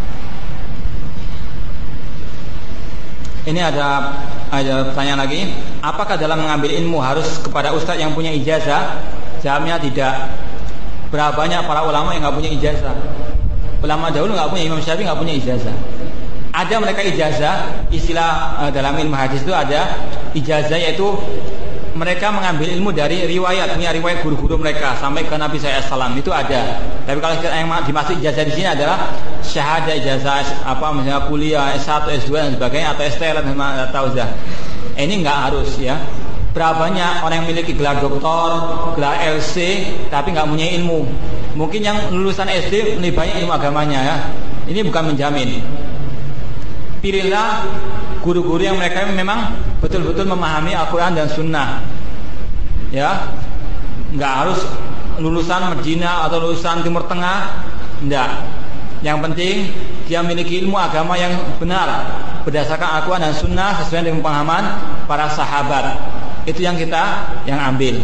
A: Ini ada pertanyaan lagi. Apakah dalam mengambil ilmu harus kepada ustadz yang punya ijazah? Jawabnya tidak. Berapa banyak para ulama yang nggak punya ijazah? Ulama dahulu nggak punya, Imam Syafi'i nggak punya ijazah. Ada mereka ijazah, istilah dalam ilmu hadis itu ada ijazah, yaitu mereka mengambil ilmu dari riwayat, punya riwayat guru-guru mereka sampai ke Nabi SAW, itu ada. Tapi kalau yang dimaksud ijazah di sini adalah syahadah, ijazah misalnya kuliah S1, S2 dan sebagainya, atau STL dan tauzah. Ini enggak harus ya. Berapa banyak orang yang memiliki gelar doktor, gelar LC tapi enggak punya ilmu. Mungkin yang lulusan SD lebih banyak ilmu agamanya ya. Ini bukan menjamin. Pilihlah guru-guru yang mereka memang betul-betul memahami Al-Quran dan Sunnah. Ya, nggak harus lulusan Medina atau lulusan Timur Tengah, enggak. Yang penting dia memiliki ilmu agama yang benar berdasarkan Al-Quran dan Sunnah sesuai dengan pemahaman para sahabat. Itu yang kita ambil.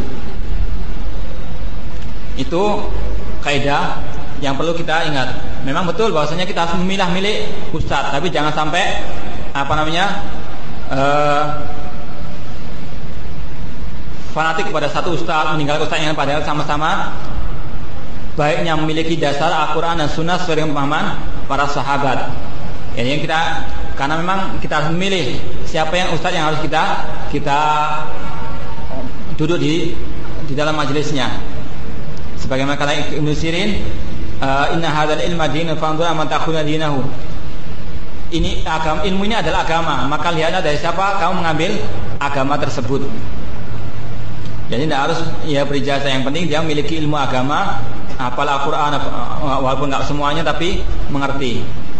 A: Itu kaidah yang perlu kita ingat. Memang betul bahwasanya kita harus memilah-milih ustadz, tapi jangan sampai fanatik kepada satu ustadz, meninggalkan ustadz yang padahal sama-sama baiknya memiliki dasar Al-Quran dan Sunnah sesuai dengan pemahaman para sahabat. Jadi karena memang kita harus memilih siapa yang ustadz yang harus kita duduk di dalam majelisnya. Sebagaimana kata Ibnu Sirin, inna hadzal ilma dinun fanzur man takhuna dinahu. Ini ilmu ini adalah agama, maka lihatlah dari siapa kamu mengambil agama tersebut. Jadi tidak harus berijazah, yang penting dia memiliki ilmu agama, hafal Al-Quran walaupun tidak semuanya tapi mengerti.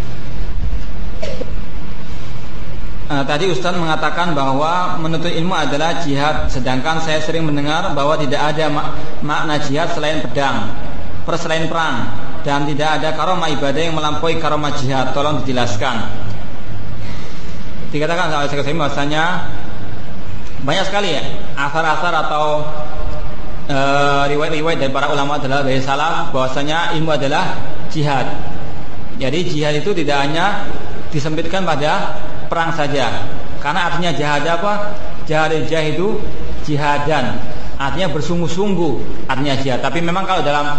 A: Tadi Ustaz mengatakan bahwa menuntut ilmu adalah jihad, sedangkan saya sering mendengar bahwa tidak ada makna jihad selain pedang, selain perang, dan tidak ada karomah ibadah yang melampaui karomah jihad. Tolong dijelaskan. Dikatakan oleh Syekh Utsaimin bahwasanya banyak sekali asar-asar atau riwayat-riwayat dari para ulama dari salaf bahwasanya ilmu adalah jihad. Jadi jihad itu tidak hanya disempitkan pada perang saja. Karena artinya jihad apa? Jahidu jihadan. Artinya bersungguh-sungguh, artinya jihad. Tapi memang kalau dalam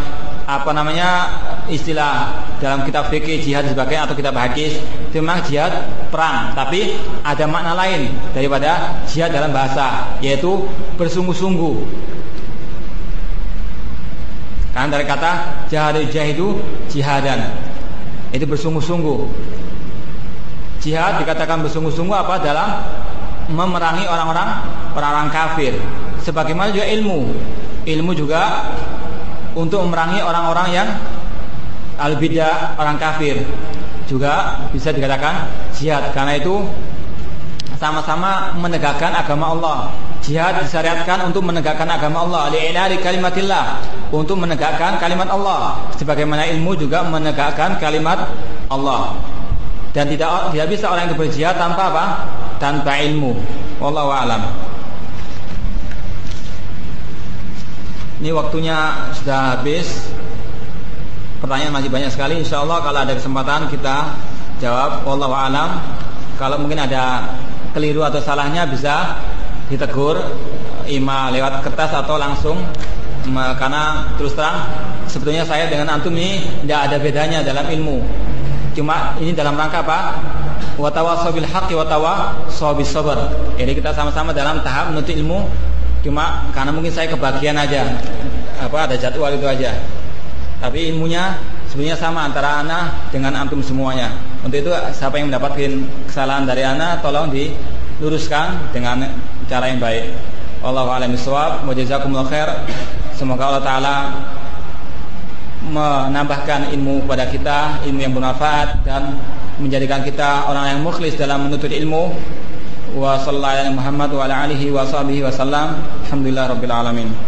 A: istilah dalam kitab fikih jihad sebagai atau kitab hadis itu memang jihad perang, tapi ada makna lain daripada jihad dalam bahasa, yaitu bersungguh-sungguh. Karena dari kata jahidu jihadan, itu bersungguh-sungguh. Jihad dikatakan bersungguh-sungguh apa? Dalam memerangi orang-orang kafir. Sebagaimana juga ilmu juga untuk memerangi orang-orang yang al-bidah, orang kafir. Juga bisa dikatakan jihad, karena itu sama-sama menegakkan agama Allah. Jihad disyariatkan untuk menegakkan agama Allah, li'ilari kalimatillah, untuk menegakkan kalimat Allah, sebagaimana ilmu juga menegakkan kalimat Allah. Dan tidak bisa orang itu berjihad tanpa apa? Tanpa ilmu. Wallahu a'lam. Ini waktunya sudah habis. Pertanyaan masih banyak sekali. InsyaAllah kalau ada kesempatan kita jawab. Wallahu a'lam. Kalau mungkin ada keliru atau salahnya bisa ditegur, ima lewat kertas atau langsung. Karena terus terang sebetulnya saya dengan antum ini tidak ada bedanya dalam ilmu. Cuma ini dalam rangka apa? Wa tawassaw bil haqqi wa tawassaw bis sabr. Jadi kita sama-sama dalam tahap menuntut ilmu. Cuma karena mungkin saya kebagian aja, ada jadwal itu aja. Tapi ilmunya sebenarnya sama antara ana dengan antum semuanya. Untuk itu siapa yang mendapatkan kesalahan dari ana tolong diluruskan dengan cara yang baik. Wallahu a'lam bishawab. Wa jazakumullahu khair. Semoga Allah taala menambahkan ilmu kepada kita, ilmu yang bermanfaat, dan menjadikan kita orang yang mukhlis dalam menuntut ilmu. Wa sallallahu alaihi Muhammad wa ala alihi wa sahbihi wa sallam. Alhamdulillah rabbil alamin.